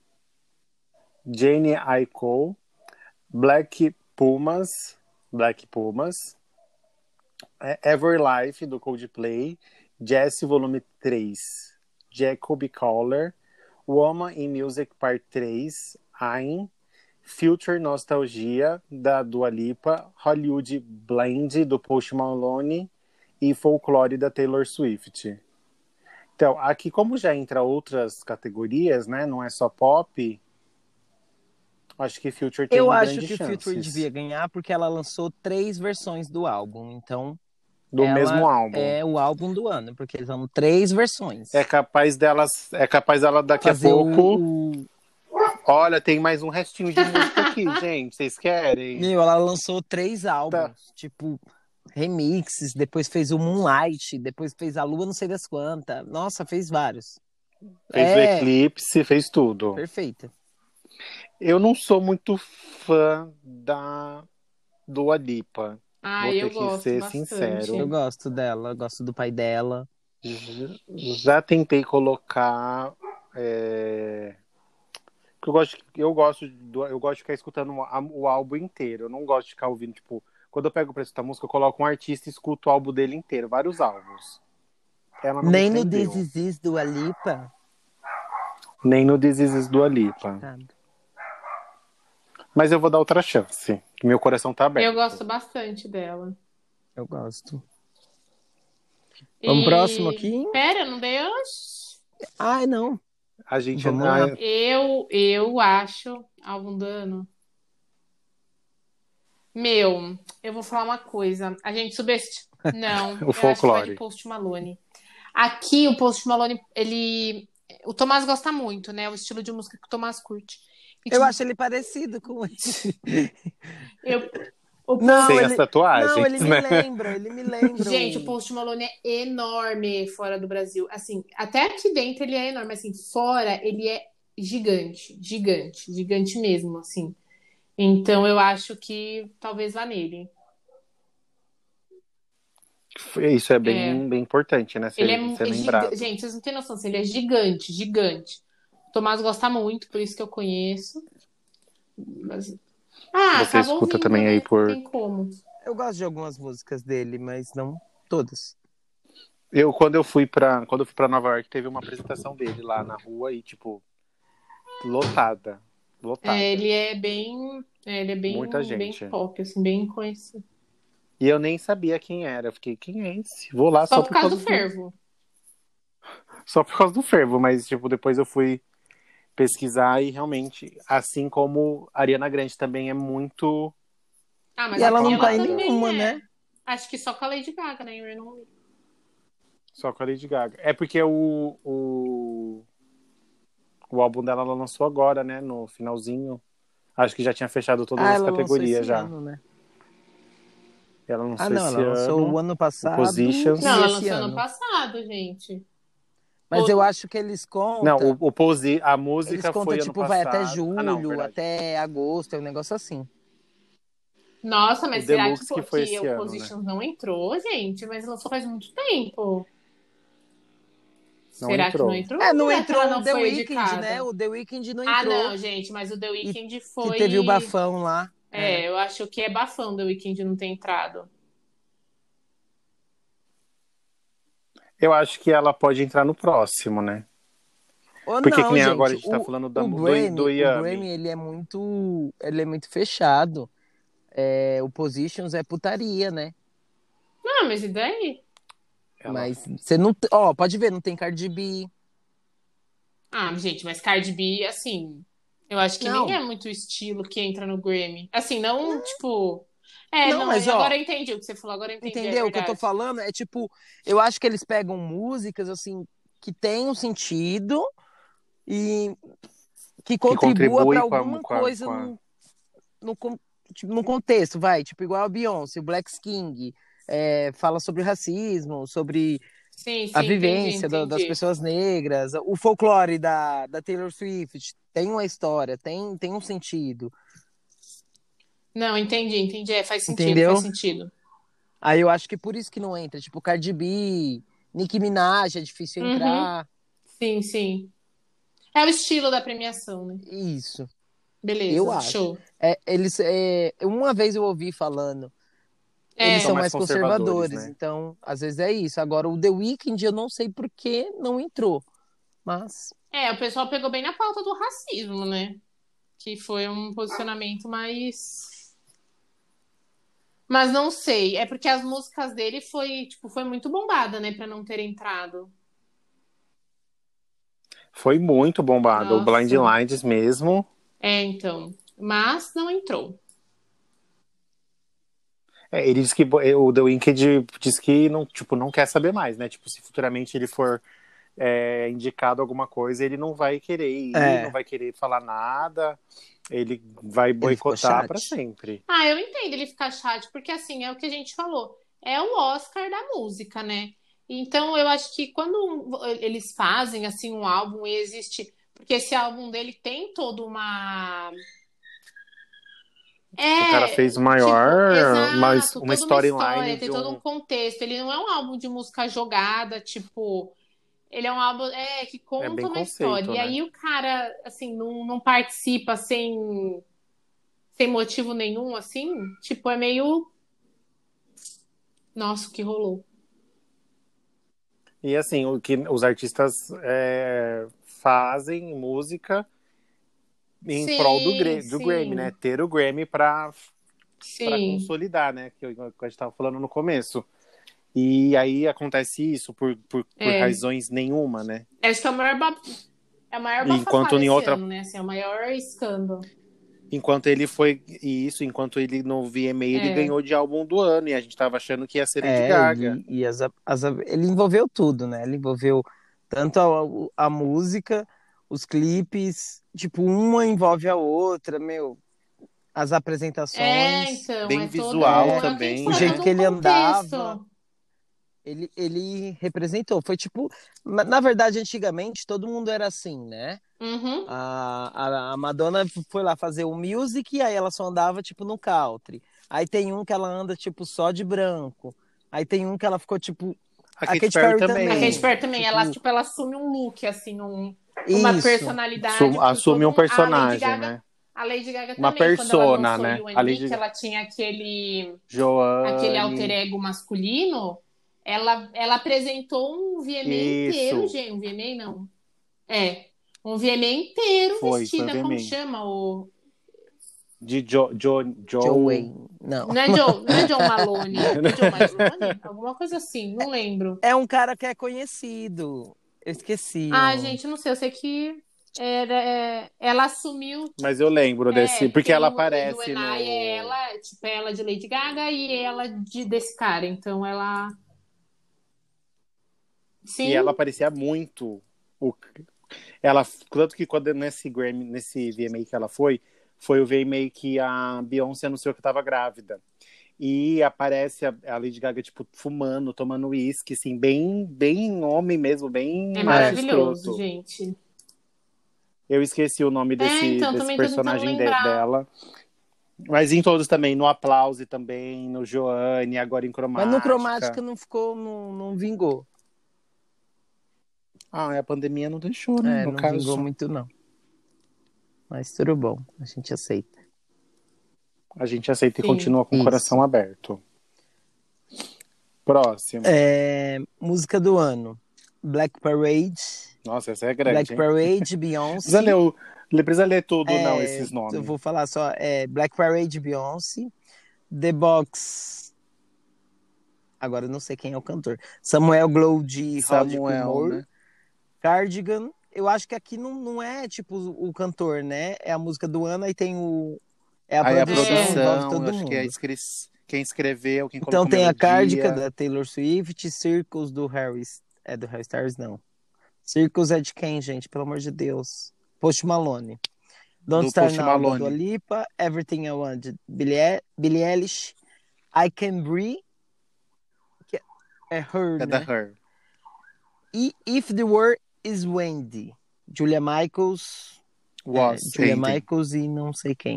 [SPEAKER 1] Jane Aiko. Black Pumas. Black Pumas. É, Everlife, do Coldplay. Jesse, volume três. Jacob Collar. Woman in Music, Part três. Ain. Future Nostalgia, da Dua Lipa. Hollywood Blend, do Post Malone. E Folklore, da Taylor Swift. Então, aqui como já entra outras categorias, né? Não é só pop. Acho que Future tem
[SPEAKER 2] Eu acho
[SPEAKER 1] grandes
[SPEAKER 2] que o Future
[SPEAKER 1] chances.
[SPEAKER 2] devia ganhar porque ela lançou três versões do álbum. Então,
[SPEAKER 1] Do
[SPEAKER 2] ela
[SPEAKER 1] mesmo álbum.
[SPEAKER 2] é o álbum do ano, porque eles são três versões.
[SPEAKER 1] É capaz delas, é capaz dela daqui
[SPEAKER 2] Fazer
[SPEAKER 1] a pouco.
[SPEAKER 2] o, o-
[SPEAKER 1] Olha, tem mais um restinho de música aqui, gente. Vocês querem?
[SPEAKER 2] Meu, ela lançou três álbuns, tipo, remixes, depois fez o Moonlight, depois fez a Lua não sei das quantas. Nossa, fez vários.
[SPEAKER 1] Fez o
[SPEAKER 2] É,
[SPEAKER 1] Eclipse, fez tudo.
[SPEAKER 2] perfeita.
[SPEAKER 1] Eu não sou muito fã da Dua Lipa.
[SPEAKER 4] Ah,
[SPEAKER 1] Vou
[SPEAKER 4] eu
[SPEAKER 1] ter que
[SPEAKER 4] gosto
[SPEAKER 1] ser
[SPEAKER 4] bastante.
[SPEAKER 1] sincero.
[SPEAKER 2] Eu gosto dela, eu gosto do pai dela.
[SPEAKER 1] J- Já tentei colocar. é, porque Eu gosto, eu gosto, do- eu gosto de ficar escutando o, a- o álbum inteiro. Eu não gosto de ficar ouvindo, tipo, quando eu pego pra escutar música, eu coloco um artista e escuto o álbum dele inteiro, vários álbuns. Ela não
[SPEAKER 2] Nem
[SPEAKER 1] me
[SPEAKER 2] no
[SPEAKER 1] prendeu.
[SPEAKER 2] This Is This do Alipa.
[SPEAKER 1] Nem no This Is Is Dua Lipa.
[SPEAKER 2] Sabe?
[SPEAKER 1] Mas eu vou dar outra chance. Que meu coração tá aberto.
[SPEAKER 4] Eu gosto bastante dela.
[SPEAKER 2] Eu gosto. Vamos
[SPEAKER 4] E-
[SPEAKER 2] próximo aqui?
[SPEAKER 4] Pera, eu não dei. Oxi.
[SPEAKER 2] Ai, não.
[SPEAKER 1] A gente.
[SPEAKER 2] Vamos
[SPEAKER 1] a-
[SPEAKER 2] lá.
[SPEAKER 4] Eu, eu acho álbum do ano. Meu, eu vou falar uma coisa. A gente subestima. Não, eu acho que vai
[SPEAKER 1] Folklore.
[SPEAKER 4] de Post Malone. Aqui o Post Malone, ele. O Tomás gosta muito, né? O estilo de música que o Tomás curte. E,
[SPEAKER 2] Eu
[SPEAKER 4] tipo,
[SPEAKER 2] acho ele parecido com esse.
[SPEAKER 4] eu- o
[SPEAKER 2] Não,
[SPEAKER 1] Sem
[SPEAKER 2] ele...
[SPEAKER 1] as tatuagens,
[SPEAKER 2] Não, ele me
[SPEAKER 1] né?
[SPEAKER 2] lembra, ele me lembra.
[SPEAKER 4] Gente, o Post Malone é enorme fora do Brasil. Assim, até aqui dentro ele é enorme, assim, fora ele é gigante, gigante, gigante mesmo, assim. Então eu acho que talvez vá nele.
[SPEAKER 1] Isso é bem, bem importante, né? Ser,
[SPEAKER 4] Ele é,
[SPEAKER 1] ser
[SPEAKER 4] é
[SPEAKER 1] lembrado.
[SPEAKER 4] gigante. Gente, vocês não têm noção, assim, ele é gigante, gigante. O Tomás gosta muito, por isso que eu conheço. Mas... Ah,
[SPEAKER 1] Você
[SPEAKER 4] acaba
[SPEAKER 1] escuta
[SPEAKER 4] ouvindo,
[SPEAKER 1] também
[SPEAKER 4] né?
[SPEAKER 1] aí por-
[SPEAKER 4] Não tem como.
[SPEAKER 2] Eu gosto de algumas músicas dele, mas não todas.
[SPEAKER 1] Eu, quando eu fui pra, quando eu fui pra Nova York, teve uma apresentação dele lá na rua e, tipo, lotada. Lotada.
[SPEAKER 4] É, ele é bem. é, ele é bem,
[SPEAKER 1] Muita
[SPEAKER 4] bem
[SPEAKER 1] gente.
[SPEAKER 4] pop, assim, bem conhecido.
[SPEAKER 1] E eu nem sabia quem era. Eu fiquei, quem é esse? Vou lá
[SPEAKER 4] Só,
[SPEAKER 1] só,
[SPEAKER 4] por causa do fervo.
[SPEAKER 1] Só por causa do fervo, mas, tipo, depois eu fui pesquisar e realmente, assim como a Ariana Grande também é muito.
[SPEAKER 4] Ah, mas
[SPEAKER 2] E ela
[SPEAKER 4] aqui
[SPEAKER 2] não tá em
[SPEAKER 4] também
[SPEAKER 2] nenhuma,
[SPEAKER 4] é.
[SPEAKER 2] né?
[SPEAKER 4] Acho que só com a Lady Gaga, né? Eu não...
[SPEAKER 1] Só com a Lady Gaga. É porque o, o, o álbum dela ela lançou agora, né? No finalzinho. Acho que já tinha fechado todas
[SPEAKER 2] Ah,
[SPEAKER 1] as
[SPEAKER 2] ela lançou
[SPEAKER 1] categorias
[SPEAKER 2] esse
[SPEAKER 1] já.
[SPEAKER 2] ano, né?
[SPEAKER 1] Ela lançou
[SPEAKER 2] Ah, não,
[SPEAKER 1] esse
[SPEAKER 2] ela lançou
[SPEAKER 1] ano.
[SPEAKER 2] o ano passado.
[SPEAKER 1] Positions.
[SPEAKER 2] e
[SPEAKER 4] Não, ela
[SPEAKER 2] esse
[SPEAKER 4] lançou
[SPEAKER 2] ano.
[SPEAKER 4] ano passado, gente.
[SPEAKER 2] Mas
[SPEAKER 4] O-
[SPEAKER 2] eu acho que eles contam.
[SPEAKER 1] Não, o, o Posi, a
[SPEAKER 2] Eles
[SPEAKER 1] música
[SPEAKER 2] contam,
[SPEAKER 1] foi
[SPEAKER 2] tipo,
[SPEAKER 1] ano
[SPEAKER 2] vai
[SPEAKER 1] passado.
[SPEAKER 2] até julho,
[SPEAKER 1] Ah, não, verdade.
[SPEAKER 2] até agosto, é um negócio assim.
[SPEAKER 4] Nossa, mas
[SPEAKER 1] O
[SPEAKER 4] será
[SPEAKER 1] Deluxe
[SPEAKER 4] que,
[SPEAKER 1] que foi
[SPEAKER 4] que
[SPEAKER 1] esse
[SPEAKER 4] o
[SPEAKER 1] ano,
[SPEAKER 4] Positions não entrou, gente? Mas lançou faz muito tempo.
[SPEAKER 1] Não
[SPEAKER 4] será
[SPEAKER 1] entrou.
[SPEAKER 4] que não entrou?
[SPEAKER 2] É, não
[SPEAKER 4] Será que
[SPEAKER 2] entrou
[SPEAKER 4] ela não
[SPEAKER 2] o The
[SPEAKER 4] foi
[SPEAKER 2] Weeknd,
[SPEAKER 4] indicada?
[SPEAKER 2] né? O The Weeknd não
[SPEAKER 4] Ah,
[SPEAKER 2] entrou.
[SPEAKER 4] não, gente, mas o The Weeknd foi.
[SPEAKER 2] Que teve o bafão lá.
[SPEAKER 4] É, eu acho que é bafão The Weeknd não ter entrado.
[SPEAKER 1] Eu acho que ela pode entrar no próximo, né?
[SPEAKER 2] Ou
[SPEAKER 1] Porque
[SPEAKER 2] não,
[SPEAKER 1] que nem
[SPEAKER 2] gente,
[SPEAKER 1] agora a gente tá
[SPEAKER 2] o,
[SPEAKER 1] falando da-
[SPEAKER 2] o
[SPEAKER 1] do-
[SPEAKER 2] Grammy,
[SPEAKER 1] do
[SPEAKER 2] o
[SPEAKER 1] Yami.
[SPEAKER 2] Grammy, ele é muito, ele é muito fechado. É, o Positions é putaria, né?
[SPEAKER 4] Não, mas e daí?
[SPEAKER 1] Ela-
[SPEAKER 2] Mas você não, t- ó, pode ver, não tem Cardi B.
[SPEAKER 4] Ah, gente, mas Cardi B, assim, eu acho que
[SPEAKER 2] Não.
[SPEAKER 4] nem é muito o estilo que entra no Grammy. Assim, não, tipo. É,
[SPEAKER 2] Não,
[SPEAKER 4] não,
[SPEAKER 2] mas,
[SPEAKER 4] e
[SPEAKER 2] ó,
[SPEAKER 4] agora eu entendi o que você falou, agora eu entendi.
[SPEAKER 2] Entendeu?
[SPEAKER 4] é
[SPEAKER 2] O que eu tô
[SPEAKER 4] verdade.
[SPEAKER 2] falando é tipo, eu acho que eles pegam músicas assim que tem um sentido e que
[SPEAKER 1] Que
[SPEAKER 2] contribua
[SPEAKER 1] contribui
[SPEAKER 2] para
[SPEAKER 1] com a,
[SPEAKER 2] alguma
[SPEAKER 1] com a-
[SPEAKER 2] coisa
[SPEAKER 1] com a-
[SPEAKER 2] no, no, con- tipo, no contexto, vai, tipo igual a Beyoncé, o Black King, é, fala sobre racismo, sobre
[SPEAKER 4] Sim,
[SPEAKER 2] a
[SPEAKER 4] sim, entendi,
[SPEAKER 2] vivência da- das
[SPEAKER 4] entendi.
[SPEAKER 2] pessoas negras, o folclore da, da Taylor Swift tem uma história, tem, tem um sentido,
[SPEAKER 4] Não, entendi, entendi. É, faz sentido, faz
[SPEAKER 2] entendeu?
[SPEAKER 4] sentido.
[SPEAKER 2] Aí eu acho que por isso que não entra, tipo Cardi B, Nicki Minaj é difícil
[SPEAKER 4] Uhum,
[SPEAKER 2] entrar,
[SPEAKER 4] sim, sim. É o estilo da premiação, né?
[SPEAKER 2] isso, eu
[SPEAKER 4] Beleza,
[SPEAKER 2] acho.
[SPEAKER 4] show.
[SPEAKER 2] É, eles, é, uma vez eu ouvi falando, eles
[SPEAKER 1] São
[SPEAKER 2] são
[SPEAKER 4] É,
[SPEAKER 1] mais
[SPEAKER 2] mais
[SPEAKER 1] conservadores,
[SPEAKER 2] conservadores,
[SPEAKER 1] né?
[SPEAKER 2] então às vezes é isso. Agora o The Weeknd eu não sei por que não entrou, mas
[SPEAKER 4] é, o pessoal pegou bem na pauta do racismo, né? Que foi um posicionamento mais. Mas não sei, é porque as músicas dele foi, tipo, foi muito bombada, né, pra não ter entrado.
[SPEAKER 1] Foi muito bombado. O Blind
[SPEAKER 4] Nossa.
[SPEAKER 1] Lines mesmo.
[SPEAKER 4] É, então. Mas não entrou.
[SPEAKER 1] É, ele disse que o The Weeknd diz que não, tipo, não quer saber mais, né? Tipo, se futuramente ele for é, indicado alguma coisa, ele não vai querer ir, não
[SPEAKER 2] é,
[SPEAKER 1] vai querer falar nada. Ele vai
[SPEAKER 2] ele ficou
[SPEAKER 1] boicotar pra
[SPEAKER 2] chato.
[SPEAKER 1] sempre.
[SPEAKER 4] Ah, eu entendo ele ficar chato, porque assim, é o que a gente falou. É o Oscar da música, né? Então eu acho que quando eles fazem assim um álbum e existe. Porque esse álbum dele tem toda uma.
[SPEAKER 1] O cara fez
[SPEAKER 4] É,
[SPEAKER 1] o
[SPEAKER 4] tipo,
[SPEAKER 1] maior, mas
[SPEAKER 4] exato,
[SPEAKER 1] uma
[SPEAKER 4] toda uma
[SPEAKER 1] storyline
[SPEAKER 4] história, tem
[SPEAKER 1] de
[SPEAKER 4] todo um
[SPEAKER 1] um.
[SPEAKER 4] contexto. Ele não é um álbum de música jogada, tipo. Ele é um álbum é, que
[SPEAKER 1] É
[SPEAKER 4] conta
[SPEAKER 1] bem
[SPEAKER 4] uma história.
[SPEAKER 1] conceito,
[SPEAKER 4] E
[SPEAKER 1] né?
[SPEAKER 4] aí o cara, assim, não, não participa sem, sem motivo nenhum, assim. Tipo, é meio. Nossa, o que rolou?
[SPEAKER 1] E assim, o que os artistas é, fazem música em prol do,
[SPEAKER 4] Sim,
[SPEAKER 1] Gra- do Grammy, né?
[SPEAKER 4] sim,
[SPEAKER 1] Ter o Grammy pra, pra
[SPEAKER 4] sim.
[SPEAKER 1] consolidar, né? Que eu- que a gente tava falando no começo. E aí acontece isso por, por, por
[SPEAKER 4] É.
[SPEAKER 1] razões nenhuma, né?
[SPEAKER 4] Acho que é o maior, ba... é o maior
[SPEAKER 1] Enquanto
[SPEAKER 4] bafafá
[SPEAKER 1] em
[SPEAKER 4] desse
[SPEAKER 1] outra.
[SPEAKER 4] ano, né? Assim, é o maior escândalo.
[SPEAKER 1] Enquanto ele foi. E isso, enquanto ele no V M A ele
[SPEAKER 4] É.
[SPEAKER 1] ganhou de álbum do ano. E a gente tava achando que ia ser Lady
[SPEAKER 2] É,
[SPEAKER 1] Gaga.
[SPEAKER 2] e, e as, as, ele envolveu tudo, né? Ele envolveu tanto a, a música, os clipes, tipo, uma envolve a outra, meu, as
[SPEAKER 4] É,
[SPEAKER 2] apresentações,
[SPEAKER 4] então,
[SPEAKER 1] Bem
[SPEAKER 4] é todo.
[SPEAKER 1] visual
[SPEAKER 2] é,
[SPEAKER 4] É o que a gente
[SPEAKER 1] também,
[SPEAKER 2] o
[SPEAKER 4] falou, é
[SPEAKER 2] jeito
[SPEAKER 1] né?
[SPEAKER 4] todo
[SPEAKER 2] que
[SPEAKER 4] um
[SPEAKER 2] ele andava,
[SPEAKER 4] contexto.
[SPEAKER 2] ele, ele representou. Foi tipo, na, na verdade, antigamente todo mundo era assim, né?
[SPEAKER 4] Uhum.
[SPEAKER 2] A, a, a Madonna foi lá fazer o music, aí ela só andava tipo no country. Aí tem um que ela anda tipo só de branco. Aí tem um que ela ficou tipo.
[SPEAKER 1] A
[SPEAKER 2] A
[SPEAKER 1] Katy
[SPEAKER 2] Katy
[SPEAKER 1] Perry
[SPEAKER 2] Perry
[SPEAKER 4] A Katy
[SPEAKER 1] também
[SPEAKER 2] também.
[SPEAKER 4] Perry também, ela,
[SPEAKER 2] Tipo,
[SPEAKER 4] tipo, ela assume um look, assim, um, uma
[SPEAKER 2] isso.
[SPEAKER 4] personalidade,
[SPEAKER 1] su-
[SPEAKER 4] por
[SPEAKER 1] assume
[SPEAKER 4] todo
[SPEAKER 1] um
[SPEAKER 4] um. A Lady
[SPEAKER 1] personagem,
[SPEAKER 4] Gaga,
[SPEAKER 1] né?
[SPEAKER 4] a Lady Gaga
[SPEAKER 1] Uma
[SPEAKER 4] também, quando ela
[SPEAKER 1] persona,
[SPEAKER 4] lançou
[SPEAKER 1] né?
[SPEAKER 4] You
[SPEAKER 1] A
[SPEAKER 4] and Me,
[SPEAKER 1] Lady
[SPEAKER 4] que
[SPEAKER 1] Gaga.
[SPEAKER 4] ela tinha aquele, aquele alter
[SPEAKER 1] Joanne.
[SPEAKER 4] ego masculino, ela, ela apresentou um V M A inteiro,
[SPEAKER 1] Isso.
[SPEAKER 4] gente. Um V M A não. É. Um V M A inteiro
[SPEAKER 1] Foi, foi o
[SPEAKER 4] vestida, como
[SPEAKER 1] V M A.
[SPEAKER 4] chama? O...
[SPEAKER 1] De Jo, Jo, Joe.
[SPEAKER 2] Joanne. Não.
[SPEAKER 4] Não é John, não é John Malone. É John Malone? Alguma coisa assim, não lembro.
[SPEAKER 2] É um cara que é conhecido. Eu esqueci.
[SPEAKER 4] Ah,
[SPEAKER 2] Um...
[SPEAKER 4] gente, não sei. Eu sei que era, é, ela assumiu.
[SPEAKER 1] Mas eu lembro
[SPEAKER 4] É,
[SPEAKER 1] desse. Porque
[SPEAKER 4] tem
[SPEAKER 1] ela
[SPEAKER 4] o You
[SPEAKER 1] aparece
[SPEAKER 4] and I, é
[SPEAKER 1] no.
[SPEAKER 4] ela, tipo, é ela de Lady Gaga e ela de, desse cara. Então ela.
[SPEAKER 1] E ela
[SPEAKER 4] Sim,
[SPEAKER 1] aparecia muito. O... Ela... Tanto que quando nesse Grammy, nesse V M A que ela foi, foi o V M A que a Beyoncé anunciou que estava grávida. E aparece a, a Lady Gaga, tipo, fumando, tomando uísque, assim, bem, bem homem mesmo, bem
[SPEAKER 4] é
[SPEAKER 1] macho
[SPEAKER 2] É.
[SPEAKER 4] maravilhoso,
[SPEAKER 1] escroto.
[SPEAKER 4] gente.
[SPEAKER 1] Eu esqueci o nome
[SPEAKER 4] É,
[SPEAKER 1] desse,
[SPEAKER 4] então,
[SPEAKER 1] desse
[SPEAKER 4] também tô tentando
[SPEAKER 1] personagem de-
[SPEAKER 4] lembrar.
[SPEAKER 1] dela. Mas em todos também, no Aplause também, no Joanne, agora em
[SPEAKER 2] Mas no
[SPEAKER 1] Cromática.
[SPEAKER 2] Cromática não ficou, não, não vingou.
[SPEAKER 1] Ah, a pandemia não deixou, né,
[SPEAKER 2] É,
[SPEAKER 1] no
[SPEAKER 2] não vingou
[SPEAKER 1] caso.
[SPEAKER 2] muito, não. Mas tudo bom, a gente aceita.
[SPEAKER 1] A gente aceita e
[SPEAKER 4] Sim.
[SPEAKER 1] continua com o
[SPEAKER 2] Isso.
[SPEAKER 1] coração aberto. Próximo.
[SPEAKER 2] É, música do ano. Black Parade.
[SPEAKER 1] Nossa, essa é grande,
[SPEAKER 2] Black
[SPEAKER 1] hein?
[SPEAKER 2] Parade,
[SPEAKER 1] Precisa
[SPEAKER 2] Beyoncé.
[SPEAKER 1] ler, o... precisa ler tudo, não,
[SPEAKER 2] É,
[SPEAKER 1] esses nomes.
[SPEAKER 2] eu vou falar só. É, Black Parade, Beyoncé. The Box. Agora eu não sei quem é o cantor. Samuel Glow de
[SPEAKER 1] Samuel,
[SPEAKER 2] Moore.
[SPEAKER 1] né?
[SPEAKER 2] Cardigan. Eu acho que aqui não, não é tipo o cantor, né? É a música do ano, aí tem o. É a
[SPEAKER 1] Aí a
[SPEAKER 2] produção, envolve
[SPEAKER 1] produção,
[SPEAKER 2] todo
[SPEAKER 1] eu acho que é
[SPEAKER 2] mundo.
[SPEAKER 1] escre... quem escreveu, quem
[SPEAKER 2] Então
[SPEAKER 1] colocou
[SPEAKER 2] tem a Cardigan
[SPEAKER 1] melodia.
[SPEAKER 2] da Taylor Swift, Circles do Harry. É do Harry Styles, não. Circus é de quem, gente? Pelo amor de Deus. Post Malone. Don't
[SPEAKER 1] Do
[SPEAKER 2] Start
[SPEAKER 1] Post
[SPEAKER 2] Now, da
[SPEAKER 1] Malone.
[SPEAKER 2] Dua Lipa. Everything I Want, de Billie, Billie Eilish. I Can Breathe, que é Her,
[SPEAKER 1] É da
[SPEAKER 2] né?
[SPEAKER 1] Her.
[SPEAKER 2] E If the World is Wendy, Julia Michaels. É,
[SPEAKER 1] Was
[SPEAKER 2] Julia
[SPEAKER 1] ending.
[SPEAKER 2] Michaels e não sei quem.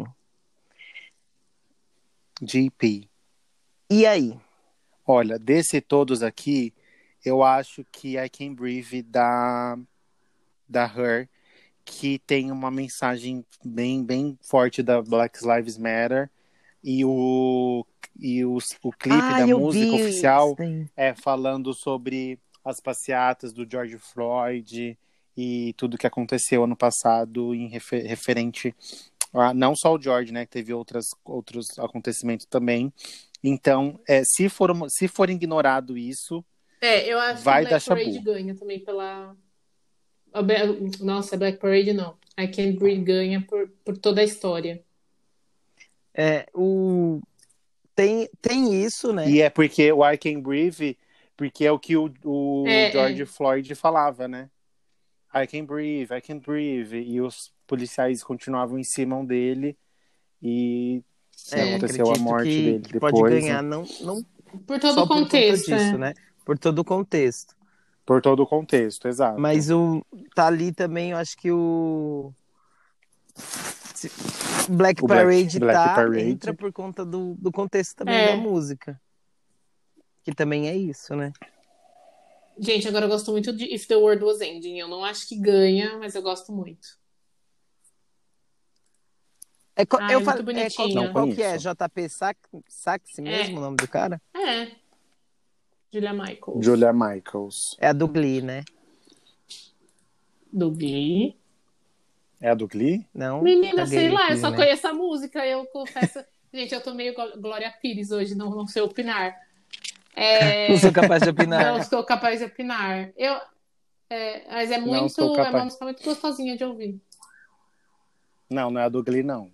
[SPEAKER 1] G P.
[SPEAKER 2] E aí?
[SPEAKER 1] Olha, desse todos aqui, eu acho que I Can Breathe da, da Her, que tem uma mensagem bem, bem forte da Black Lives Matter. E o, e o, o clipe
[SPEAKER 2] Ah,
[SPEAKER 1] da
[SPEAKER 2] eu
[SPEAKER 1] música
[SPEAKER 2] vi
[SPEAKER 1] oficial
[SPEAKER 2] isso daí.
[SPEAKER 1] é falando sobre as passeatas do George Floyd e tudo que aconteceu ano passado em refer, referente a não só o George, né, que teve outras, outros acontecimentos também. Então, é, se, for, se for ignorado isso,
[SPEAKER 4] É, eu acho
[SPEAKER 1] vai
[SPEAKER 4] que
[SPEAKER 1] dar
[SPEAKER 4] Black Parade
[SPEAKER 1] chabu.
[SPEAKER 4] ganha também pela... Nossa, Black Parade não. I Can't Breathe ganha por, por toda a história.
[SPEAKER 2] É, o... tem, tem isso, né?
[SPEAKER 1] E é porque o I Can Breathe, porque é o que o, o
[SPEAKER 4] É,
[SPEAKER 1] George
[SPEAKER 4] é.
[SPEAKER 1] Floyd falava, né? I can breathe, I can breathe. E os policiais continuavam em cima dele e
[SPEAKER 2] É,
[SPEAKER 1] aconteceu a
[SPEAKER 2] acredito
[SPEAKER 1] morte
[SPEAKER 2] que,
[SPEAKER 1] dele
[SPEAKER 2] que pode
[SPEAKER 1] depois,
[SPEAKER 2] ganhar,
[SPEAKER 1] né?
[SPEAKER 2] não, não
[SPEAKER 4] Por todo
[SPEAKER 2] só
[SPEAKER 4] o
[SPEAKER 2] por conta
[SPEAKER 4] contexto,
[SPEAKER 2] disso,
[SPEAKER 4] é.
[SPEAKER 2] né? Por todo o contexto.
[SPEAKER 1] Por todo o contexto, exato.
[SPEAKER 2] Mas o tá ali também, eu acho que o Black
[SPEAKER 1] O Black,
[SPEAKER 2] Parade
[SPEAKER 1] Black
[SPEAKER 2] tá,
[SPEAKER 1] Parade.
[SPEAKER 2] entra por conta do, do contexto também
[SPEAKER 4] É.
[SPEAKER 2] da música. Que também é isso, né?
[SPEAKER 4] Gente, agora eu gosto muito de If the World Was Ending. Eu não acho que ganha, mas eu gosto muito.
[SPEAKER 2] É, co-
[SPEAKER 4] Ah,
[SPEAKER 2] eu
[SPEAKER 4] é
[SPEAKER 2] falo,
[SPEAKER 4] muito
[SPEAKER 2] é, qual,
[SPEAKER 4] bonitinha.
[SPEAKER 1] Não
[SPEAKER 2] qual que é?
[SPEAKER 1] conheço.
[SPEAKER 2] J P Sax, Saxe mesmo
[SPEAKER 4] É.
[SPEAKER 2] o nome do cara?
[SPEAKER 4] É. Julia Michaels.
[SPEAKER 1] Julia Michaels.
[SPEAKER 2] É a do Glee, né?
[SPEAKER 4] Do Glee.
[SPEAKER 1] É a do Glee?
[SPEAKER 2] Não?
[SPEAKER 4] Menina,
[SPEAKER 2] Caguei
[SPEAKER 4] sei lá,
[SPEAKER 2] aqui,
[SPEAKER 4] eu só
[SPEAKER 2] né?
[SPEAKER 4] conheço a música. Eu confesso. Gente, eu tô meio Glória Pires hoje, não, não sei opinar. É...
[SPEAKER 2] Não sou capaz de opinar.
[SPEAKER 4] Não sou capaz de opinar. Eu... É, mas é
[SPEAKER 1] Não
[SPEAKER 4] muito.
[SPEAKER 1] sou
[SPEAKER 4] É uma
[SPEAKER 1] capaz.
[SPEAKER 4] música muito gostosinha de ouvir.
[SPEAKER 1] Não, não é a do Glee, não.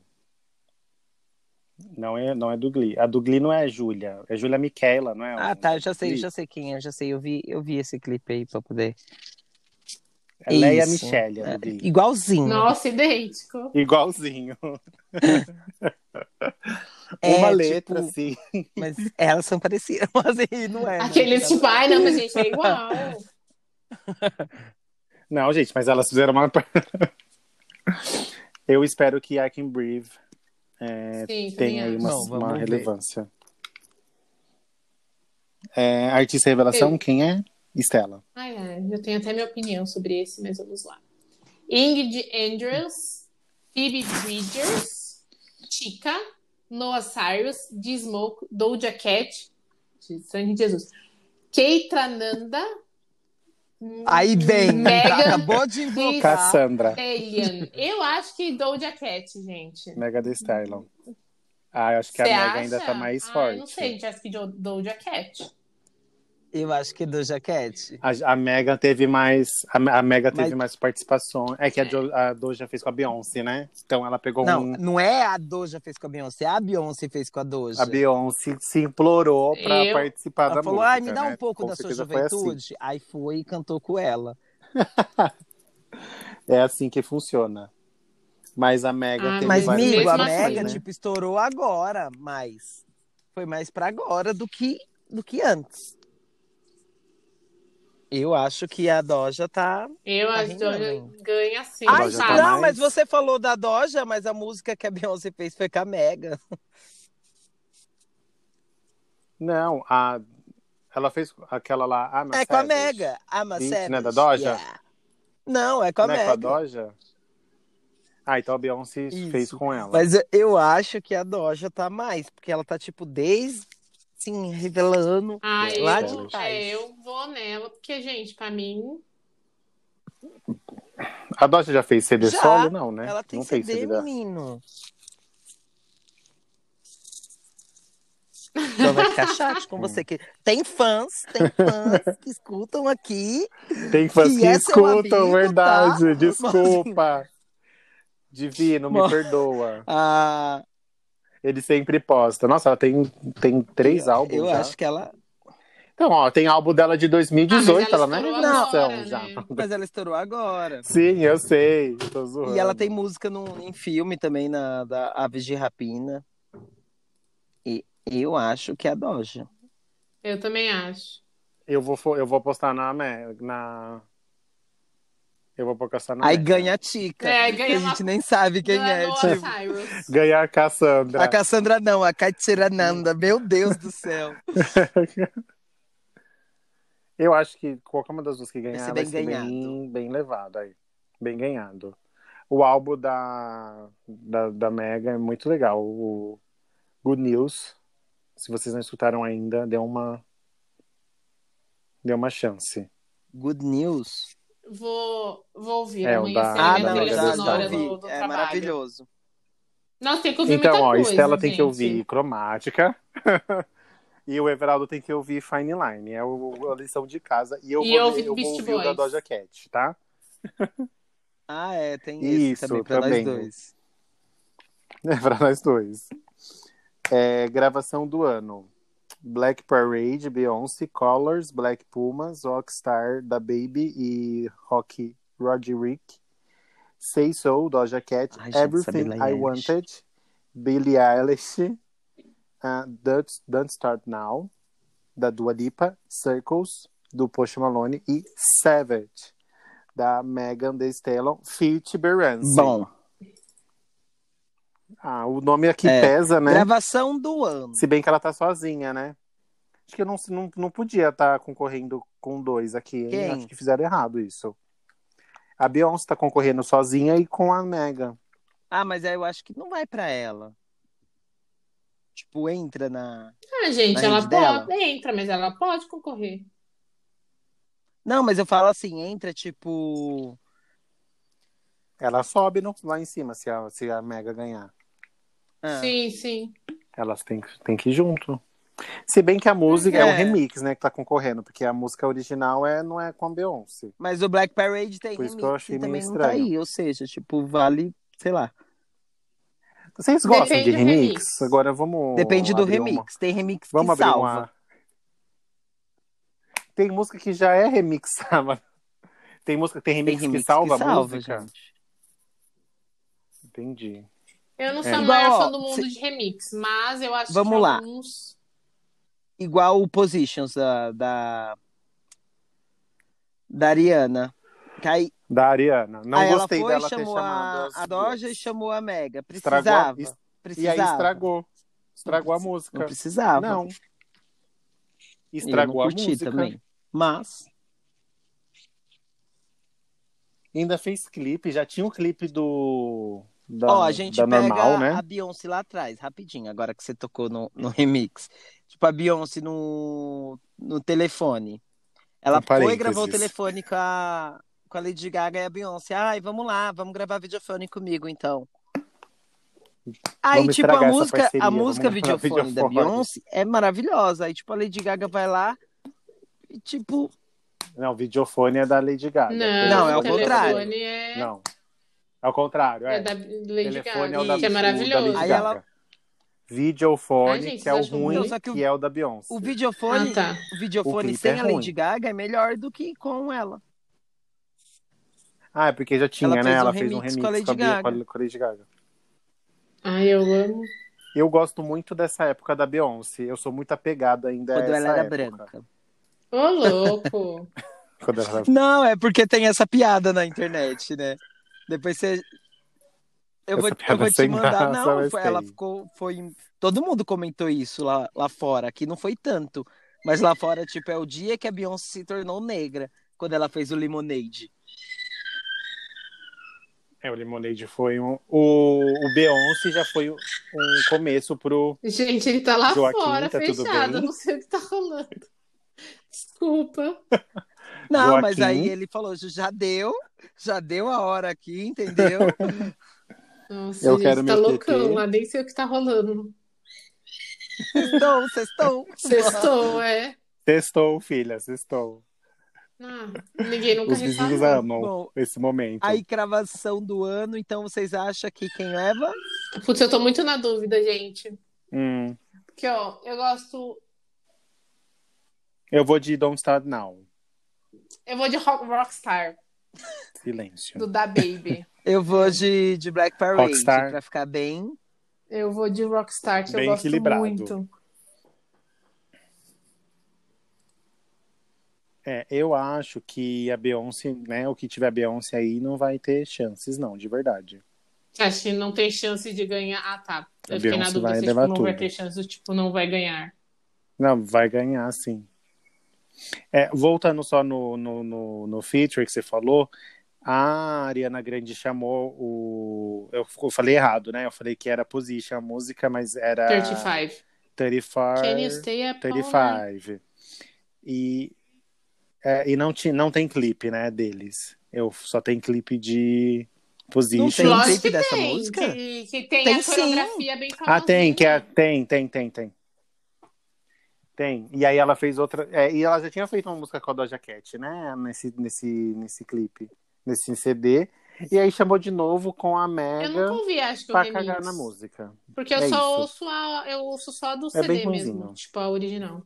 [SPEAKER 1] Não é, não é do Glee. A do Glee não é a Júlia. É Júlia Michaela, não é?
[SPEAKER 2] Ah,
[SPEAKER 1] o-
[SPEAKER 2] tá, eu já sei,
[SPEAKER 1] Glee?
[SPEAKER 2] já sei quem é, já sei, eu vi, eu vi esse clipe aí pra poder.
[SPEAKER 1] É Leia
[SPEAKER 2] Isso.
[SPEAKER 1] Michele, a
[SPEAKER 2] É,
[SPEAKER 1] do Glee.
[SPEAKER 2] igualzinho.
[SPEAKER 4] Nossa, idêntico.
[SPEAKER 1] Igualzinho.
[SPEAKER 2] É,
[SPEAKER 1] Uma letra,
[SPEAKER 2] tipo,
[SPEAKER 1] assim.
[SPEAKER 2] mas elas são parecidas, mas aí não é. né?
[SPEAKER 4] Aqueles tipo, ai, não, mas gente, é igual.
[SPEAKER 1] Não, gente, mas elas fizeram uma. Eu espero que I Can Breathe é,
[SPEAKER 4] Sim, também
[SPEAKER 1] tenha aí uma,
[SPEAKER 4] acho.
[SPEAKER 2] Bom, vamos
[SPEAKER 1] uma
[SPEAKER 2] ver.
[SPEAKER 1] relevância. É, artista revelação,
[SPEAKER 4] Eu.
[SPEAKER 1] quem é? Estela.
[SPEAKER 4] Ai, ai, eu tenho até minha opinião sobre esse, mas vamos lá. Ingrid Andrews, Phoebe Bridgers, Chica, Noah Cyrus, D-Smoke, Doja Cat, de sangue de Jesus, Keitra Nanda,
[SPEAKER 2] Aí bem,
[SPEAKER 4] Megan
[SPEAKER 2] acabou de invocar.
[SPEAKER 1] Cassandra.
[SPEAKER 4] Alien. Eu acho que Doja Cat, gente.
[SPEAKER 1] Mega Thee Stallion. Ah, eu acho que a
[SPEAKER 4] Você
[SPEAKER 1] Mega
[SPEAKER 4] acha?
[SPEAKER 1] ainda tá mais
[SPEAKER 4] ah,
[SPEAKER 1] forte.
[SPEAKER 4] Não sei, a gente acha que Do- Doja Cat.
[SPEAKER 2] Eu acho que Doja Cat.
[SPEAKER 1] A, a Mega teve mais. A, a Mega teve
[SPEAKER 2] Mas-
[SPEAKER 1] mais participações. É que a, Jo- a Doja fez com a Beyoncé, né? Então ela pegou
[SPEAKER 2] Não,
[SPEAKER 1] um.
[SPEAKER 2] não é a Doja fez com a Beyoncé, a Beyoncé fez com a Doja.
[SPEAKER 1] A Beyoncé se implorou pra
[SPEAKER 4] Eu-
[SPEAKER 1] participar
[SPEAKER 2] Ela
[SPEAKER 1] da
[SPEAKER 2] falou,
[SPEAKER 1] música.
[SPEAKER 2] ai, me dá
[SPEAKER 1] né?
[SPEAKER 2] um pouco
[SPEAKER 1] Com
[SPEAKER 2] da sua
[SPEAKER 1] certeza foi assim.
[SPEAKER 2] juventude. Aí foi e cantou com ela.
[SPEAKER 1] É assim que funciona. Mas a Mega
[SPEAKER 4] Ah,
[SPEAKER 1] teve
[SPEAKER 2] Mas,
[SPEAKER 1] várias
[SPEAKER 2] amigo, a
[SPEAKER 4] mesmo assim,
[SPEAKER 2] Mega,
[SPEAKER 1] participações, né?
[SPEAKER 2] tipo, estourou agora, mas foi mais pra agora do que, do que antes. Eu acho que a Doja tá...
[SPEAKER 4] Eu
[SPEAKER 2] Tá
[SPEAKER 4] acho que
[SPEAKER 2] reinando
[SPEAKER 4] Doja
[SPEAKER 2] ainda.
[SPEAKER 4] ganha sim,
[SPEAKER 1] A
[SPEAKER 2] Ai,
[SPEAKER 1] Doja
[SPEAKER 4] sabe?
[SPEAKER 1] tá
[SPEAKER 2] não,
[SPEAKER 1] mais-
[SPEAKER 2] mas você falou da Doja, mas a música que a Beyoncé fez foi com a Mega.
[SPEAKER 1] Não, a... ela fez aquela lá. Ah,
[SPEAKER 2] É com a Mega. I'm a
[SPEAKER 1] Beat,
[SPEAKER 2] Savage.
[SPEAKER 1] né, da Doja?
[SPEAKER 2] Yeah. Não, é com a
[SPEAKER 1] Não é
[SPEAKER 2] Mega.
[SPEAKER 1] com a Doja? Ah, então a Beyoncé
[SPEAKER 2] Isso.
[SPEAKER 1] fez com ela.
[SPEAKER 2] Mas eu- eu acho que a Doja tá mais, porque ela tá, tipo, desde, assim, revelando
[SPEAKER 4] Ah,
[SPEAKER 1] É,
[SPEAKER 2] lá
[SPEAKER 1] eu-
[SPEAKER 2] de trás.
[SPEAKER 4] é, eu vou nela, porque, gente, pra mim,
[SPEAKER 1] A Doja já fez C D
[SPEAKER 2] Já,
[SPEAKER 1] solo? Não, né?
[SPEAKER 2] ela tem
[SPEAKER 1] Não
[SPEAKER 2] C
[SPEAKER 1] fez
[SPEAKER 2] D,
[SPEAKER 1] C D da...
[SPEAKER 2] menino. Então vai ficar chato com você. Que... Tem fãs, tem fãs que escutam aqui.
[SPEAKER 1] Tem fãs
[SPEAKER 2] que
[SPEAKER 1] que
[SPEAKER 2] é seu
[SPEAKER 1] escutam,
[SPEAKER 2] amigo,
[SPEAKER 1] verdade.
[SPEAKER 2] tá?
[SPEAKER 1] Desculpa. Divino, me
[SPEAKER 2] Mas-
[SPEAKER 1] perdoa.
[SPEAKER 2] Ah,
[SPEAKER 1] Ele sempre posta. Nossa, ela tem, tem três
[SPEAKER 2] eu,
[SPEAKER 1] álbuns
[SPEAKER 2] eu
[SPEAKER 1] já.
[SPEAKER 2] acho que ela...
[SPEAKER 1] Então, ó, tem álbum dela de dois mil e dezoito,
[SPEAKER 4] Ah,
[SPEAKER 1] ela
[SPEAKER 4] mas
[SPEAKER 1] não é
[SPEAKER 4] ela
[SPEAKER 1] revelação
[SPEAKER 4] estourou agora,
[SPEAKER 1] já.
[SPEAKER 4] né?
[SPEAKER 2] Mas ela estourou agora.
[SPEAKER 1] Sim, eu sei, tô zoando.
[SPEAKER 2] E ela tem música no, em filme também, na, da Aves de Rapina. E eu acho que é a Doja.
[SPEAKER 4] Eu também acho.
[SPEAKER 1] Eu vou, fo- eu vou postar na, Me- na... Eu vou postar na
[SPEAKER 2] Aí
[SPEAKER 1] Mega.
[SPEAKER 2] ganha a Tica,
[SPEAKER 4] É,
[SPEAKER 2] que
[SPEAKER 4] ganha
[SPEAKER 2] a gente
[SPEAKER 4] uma-
[SPEAKER 2] nem sabe quem
[SPEAKER 4] Ganha
[SPEAKER 2] é.
[SPEAKER 4] Noah
[SPEAKER 2] Tipo,
[SPEAKER 4] Cyrus.
[SPEAKER 1] Ganhar a Cassandra.
[SPEAKER 2] a Cassandra não, a Katirananda. Meu Deus do céu.
[SPEAKER 1] Eu acho que qualquer uma das duas que
[SPEAKER 2] Vai
[SPEAKER 1] ganhar
[SPEAKER 2] ser
[SPEAKER 1] vai
[SPEAKER 2] bem
[SPEAKER 1] ser
[SPEAKER 2] ganhado.
[SPEAKER 1] bem, bem levado aí. Bem ganhado. O álbum da, da, da Mega é muito legal. O Good News. Se vocês não escutaram ainda, dê uma, dê uma chance.
[SPEAKER 2] Good News.
[SPEAKER 4] Vou, vou ouvir.
[SPEAKER 1] É, o
[SPEAKER 4] Amanhã
[SPEAKER 1] da-
[SPEAKER 4] será
[SPEAKER 2] Ah,
[SPEAKER 4] minha
[SPEAKER 1] da
[SPEAKER 2] não,
[SPEAKER 4] trilha
[SPEAKER 1] Mega
[SPEAKER 2] já, já
[SPEAKER 4] sonora
[SPEAKER 1] Stella.
[SPEAKER 2] ouvi.
[SPEAKER 4] do, do
[SPEAKER 2] É
[SPEAKER 4] trabalho.
[SPEAKER 2] maravilhoso.
[SPEAKER 4] Nossa, tem que ouvir
[SPEAKER 1] Então,
[SPEAKER 4] muita
[SPEAKER 1] ó, a
[SPEAKER 4] coisa,
[SPEAKER 1] Estela tem
[SPEAKER 4] gente.
[SPEAKER 1] que ouvir Cromática. E o Everaldo tem que ouvir Fine Line. É o- a lição de casa. E eu
[SPEAKER 4] E
[SPEAKER 1] vou,
[SPEAKER 4] eu
[SPEAKER 1] ler-
[SPEAKER 4] ouvi
[SPEAKER 1] eu vou
[SPEAKER 4] Beast
[SPEAKER 1] ouvir o da
[SPEAKER 4] Boys.
[SPEAKER 1] Doja Cat, tá?
[SPEAKER 2] Ah, é, tem esse
[SPEAKER 1] Isso,
[SPEAKER 2] também pra nós
[SPEAKER 1] também.
[SPEAKER 2] dois.
[SPEAKER 1] É pra nós dois. É, gravação do ano. Black Parade, Beyoncé, Colors, Black Pumas, Rockstar, Da Baby e Rocky Roderick. Say So, Doja Cat,
[SPEAKER 2] Ai, gente, essa
[SPEAKER 1] Everything
[SPEAKER 2] Billie
[SPEAKER 1] I
[SPEAKER 2] Eilish.
[SPEAKER 1] Wanted, Billie Eilish, uh, Don't, Don't Start Now, da Dua Lipa, Circles, do Post Malone e Savage, da Megan Thee Stallion, feat. Beyoncé.
[SPEAKER 2] Bom,
[SPEAKER 1] Ah, o nome aqui
[SPEAKER 2] É,
[SPEAKER 1] pesa, né?
[SPEAKER 2] gravação do ano.
[SPEAKER 1] Se bem que ela tá sozinha, né? Acho que não, não, não podia estar concorrendo com dois aqui, hein?
[SPEAKER 2] Quem?
[SPEAKER 1] Acho que fizeram errado isso. A Beyoncé tá concorrendo sozinha e com a Megan.
[SPEAKER 2] Ah, mas aí eu acho que não vai pra ela. Tipo, entra na...
[SPEAKER 4] Ah, gente,
[SPEAKER 2] Na
[SPEAKER 4] ela
[SPEAKER 2] rede dela?
[SPEAKER 4] pode. Entra, mas ela pode concorrer.
[SPEAKER 2] Não, mas eu falo assim, entra tipo...
[SPEAKER 1] Ela sobe no, lá em cima se a, se a Mega ganhar.
[SPEAKER 2] Ah,
[SPEAKER 4] Sim, sim.
[SPEAKER 1] Elas têm, que- têm que ir junto. Se bem que a música é.
[SPEAKER 2] É.
[SPEAKER 1] um remix, né, que tá concorrendo, porque a música original é, não é com a Beyoncé.
[SPEAKER 2] Mas o Black Parade tem
[SPEAKER 1] Por isso que eu
[SPEAKER 2] remix
[SPEAKER 1] achei
[SPEAKER 2] e também
[SPEAKER 1] meio
[SPEAKER 2] não tá
[SPEAKER 1] estranho.
[SPEAKER 2] aí. Ou seja, tipo, vale, sei lá.
[SPEAKER 1] Vocês gostam
[SPEAKER 4] Depende
[SPEAKER 1] de
[SPEAKER 4] do
[SPEAKER 1] remix?
[SPEAKER 4] remix.
[SPEAKER 1] Agora vamos.
[SPEAKER 2] Depende do
[SPEAKER 1] abrir uma-
[SPEAKER 2] remix. Tem remix
[SPEAKER 1] Vamos
[SPEAKER 2] que
[SPEAKER 1] abrir
[SPEAKER 2] salva.
[SPEAKER 1] uma. Tem música que já é remixada. Tem música tem
[SPEAKER 2] Tem
[SPEAKER 1] remix,
[SPEAKER 2] remix
[SPEAKER 1] que salva a
[SPEAKER 2] salva,
[SPEAKER 1] música?
[SPEAKER 2] gente.
[SPEAKER 1] Entendi.
[SPEAKER 4] Eu não
[SPEAKER 1] É.
[SPEAKER 4] sou a
[SPEAKER 2] Igual,
[SPEAKER 4] maior
[SPEAKER 2] ó,
[SPEAKER 4] fã do mundo
[SPEAKER 2] se-
[SPEAKER 4] de remix, mas eu acho
[SPEAKER 2] Vamos
[SPEAKER 4] que
[SPEAKER 2] lá.
[SPEAKER 4] alguns.
[SPEAKER 2] Igual o Positions da, da, da Ariana. Que aí,
[SPEAKER 1] Da Ariana. Não
[SPEAKER 2] aí ela
[SPEAKER 1] gostei
[SPEAKER 2] foi,
[SPEAKER 1] dela ter
[SPEAKER 2] chamou
[SPEAKER 1] chamado
[SPEAKER 2] a,
[SPEAKER 1] as
[SPEAKER 2] a Doja
[SPEAKER 1] duas.
[SPEAKER 2] e chamou a Mega.
[SPEAKER 1] Estragou
[SPEAKER 2] Precisava?
[SPEAKER 1] a- es- E
[SPEAKER 2] Precisava?
[SPEAKER 1] aí estragou. Estragou a
[SPEAKER 2] Não
[SPEAKER 1] música.
[SPEAKER 2] precisava.
[SPEAKER 1] Não.
[SPEAKER 2] E eu não
[SPEAKER 1] Estragou a
[SPEAKER 2] curti
[SPEAKER 1] música.
[SPEAKER 2] também. Mas...
[SPEAKER 1] Ainda fez clipe, já tinha um clipe do. Da,
[SPEAKER 2] Ó, a gente
[SPEAKER 1] da
[SPEAKER 2] pega
[SPEAKER 1] normal, né?
[SPEAKER 2] a Beyoncé lá atrás, rapidinho, agora que você tocou no, no remix. Tipo, a Beyoncé no, no telefone. Ela
[SPEAKER 1] Com
[SPEAKER 2] foi e gravou o
[SPEAKER 1] parênteses.
[SPEAKER 2] telefone com a, com a Lady Gaga e a Beyoncé. Ai, vamos lá, vamos gravar videofone comigo, então. Aí,
[SPEAKER 1] Vamos
[SPEAKER 2] tipo, a
[SPEAKER 1] estragar essa
[SPEAKER 2] música,
[SPEAKER 1] parceria,
[SPEAKER 2] a
[SPEAKER 1] vamos
[SPEAKER 2] música
[SPEAKER 1] gravar
[SPEAKER 2] videofone da
[SPEAKER 1] videofone.
[SPEAKER 2] Beyoncé é maravilhosa. Aí, tipo, a Lady Gaga vai lá e, tipo...
[SPEAKER 1] Não, o videofone é da Lady Gaga.
[SPEAKER 4] Não,
[SPEAKER 2] Não, é
[SPEAKER 4] o
[SPEAKER 2] ao contrário.
[SPEAKER 4] telefone é,
[SPEAKER 1] Não. É ao contrário, é.
[SPEAKER 4] é da Lady
[SPEAKER 1] telefone
[SPEAKER 4] Gaga,
[SPEAKER 1] é o da,
[SPEAKER 4] que é
[SPEAKER 1] o da
[SPEAKER 4] maravilhoso.
[SPEAKER 1] Lady
[SPEAKER 2] Aí
[SPEAKER 1] Gaga.
[SPEAKER 2] ela-
[SPEAKER 1] Videofone,
[SPEAKER 4] Ai, gente,
[SPEAKER 1] que é o
[SPEAKER 4] vocês acham
[SPEAKER 1] ruim,
[SPEAKER 2] ruim? Só que o-
[SPEAKER 1] que é o da Beyoncé.
[SPEAKER 2] O videofone,
[SPEAKER 4] Ah, tá.
[SPEAKER 2] o videofone
[SPEAKER 1] O clipe
[SPEAKER 2] sem
[SPEAKER 1] é
[SPEAKER 2] a Lady
[SPEAKER 1] ruim.
[SPEAKER 2] Gaga é melhor do que com ela.
[SPEAKER 1] Ah, é porque já tinha,
[SPEAKER 2] Ela
[SPEAKER 1] né?
[SPEAKER 2] fez um
[SPEAKER 1] Ela fez um
[SPEAKER 2] remix
[SPEAKER 1] remix
[SPEAKER 2] com a Lady
[SPEAKER 1] com a, Be-
[SPEAKER 2] Gaga.
[SPEAKER 1] com a- com a Lady Gaga.
[SPEAKER 4] Ai, eu amo.
[SPEAKER 1] Eu gosto muito dessa época da Beyoncé. Eu sou muito apegado ainda a
[SPEAKER 2] Quando
[SPEAKER 1] essa
[SPEAKER 2] ela era
[SPEAKER 1] época.
[SPEAKER 2] branca.
[SPEAKER 4] Ô, louco.
[SPEAKER 1] Quando ela era...
[SPEAKER 2] Não, é porque tem essa piada na internet, né? Depois você. Eu
[SPEAKER 1] Essa
[SPEAKER 2] vou, eu
[SPEAKER 1] piada
[SPEAKER 2] vou te
[SPEAKER 1] sem
[SPEAKER 2] mandar.
[SPEAKER 1] graça,
[SPEAKER 2] Não,
[SPEAKER 1] mas
[SPEAKER 2] foi- ela
[SPEAKER 1] tem.
[SPEAKER 2] ficou. Foi. Todo mundo comentou isso lá, lá fora. Aqui não foi tanto. Mas lá fora, tipo, é o dia que a Beyoncé se tornou negra. Quando ela fez o Lemonade.
[SPEAKER 1] É, o Lemonade foi um... O, o Beyoncé já foi um começo pro...
[SPEAKER 4] Gente, ele tá lá
[SPEAKER 1] Joaquim,
[SPEAKER 4] fora,
[SPEAKER 1] tá tudo
[SPEAKER 4] fechado.
[SPEAKER 1] bem?
[SPEAKER 4] Eu não sei o que tá rolando. Desculpa.
[SPEAKER 2] Não,
[SPEAKER 1] Joaquim.
[SPEAKER 2] mas aí ele falou: já deu. Já deu a hora aqui, entendeu?
[SPEAKER 4] Nossa,
[SPEAKER 1] Eu
[SPEAKER 4] gente,
[SPEAKER 1] quero
[SPEAKER 4] tá
[SPEAKER 1] meu
[SPEAKER 4] loucão
[SPEAKER 1] T T.
[SPEAKER 4] lá, nem sei o que tá rolando.
[SPEAKER 2] Sextou, sextou.
[SPEAKER 4] Sextou, é.
[SPEAKER 1] Sextou, filha, sextou.
[SPEAKER 4] Ah, ninguém nunca
[SPEAKER 1] Os vizinhos
[SPEAKER 4] reparou.
[SPEAKER 1] amam
[SPEAKER 2] Bom,
[SPEAKER 1] esse momento.
[SPEAKER 2] Aí, cravação do ano, então vocês acham que quem leva?
[SPEAKER 4] Putz, eu tô muito na dúvida, gente.
[SPEAKER 1] Hum.
[SPEAKER 4] Porque, ó, eu gosto.
[SPEAKER 1] Eu vou de Don't Start Now.
[SPEAKER 4] Eu vou de Rock- Rockstar,
[SPEAKER 1] Silêncio.
[SPEAKER 4] do Da Baby.
[SPEAKER 2] Eu vou de, de Black Parade,
[SPEAKER 1] Rockstar.
[SPEAKER 2] pra ficar bem...
[SPEAKER 4] Eu vou de Rockstar, que
[SPEAKER 1] Bem
[SPEAKER 4] eu gosto
[SPEAKER 1] equilibrado.
[SPEAKER 4] muito.
[SPEAKER 1] É, eu acho que a Beyoncé, né? O que tiver Beyoncé aí não vai ter chances, não, de verdade.
[SPEAKER 4] Você acha que não tem chance de ganhar? Ah, tá.
[SPEAKER 1] A
[SPEAKER 4] Eu fiquei na
[SPEAKER 1] Beyoncé
[SPEAKER 4] dúvida
[SPEAKER 1] vai
[SPEAKER 4] se
[SPEAKER 1] levar
[SPEAKER 4] tipo, não vai
[SPEAKER 1] tudo.
[SPEAKER 4] ter chance, tipo, não vai ganhar.
[SPEAKER 1] Não, vai ganhar, sim. É, voltando só no, no, no, no feature que você falou, a Ariana Grande chamou o... Eu, eu falei errado, né? Eu falei que era Position a música, mas era
[SPEAKER 4] trinta e cinco.
[SPEAKER 1] trinta e cinco.
[SPEAKER 4] Can you stay up all
[SPEAKER 1] trinta
[SPEAKER 4] night?
[SPEAKER 1] e cinco. E, é, e não, ti, não tem clipe, né, deles. Eu, só tem clipe de Position.
[SPEAKER 2] Não tem
[SPEAKER 4] Lógico
[SPEAKER 2] clipe
[SPEAKER 4] que
[SPEAKER 2] dessa
[SPEAKER 4] tem.
[SPEAKER 2] música?
[SPEAKER 4] Que, que tem,
[SPEAKER 2] Tem
[SPEAKER 4] a
[SPEAKER 2] sim.
[SPEAKER 4] coreografia bem famosinha.
[SPEAKER 1] Ah, tem, que é, tem, tem, tem, tem. Tem. E aí ela fez outra. É, e ela já tinha feito uma música com a Doja Cat, né? Nesse, nesse, nesse clipe, nesse C D. E aí chamou de novo com a
[SPEAKER 4] Eu
[SPEAKER 1] Mega
[SPEAKER 4] nunca ouvi, acho que o
[SPEAKER 1] pra
[SPEAKER 4] remix.
[SPEAKER 1] cagar na música.
[SPEAKER 4] Porque eu
[SPEAKER 1] É
[SPEAKER 4] só
[SPEAKER 1] isso.
[SPEAKER 4] ouço a, eu ouço só a do
[SPEAKER 1] É bem
[SPEAKER 4] C D mesmo.
[SPEAKER 1] ruinzinho.
[SPEAKER 4] Tipo, a original.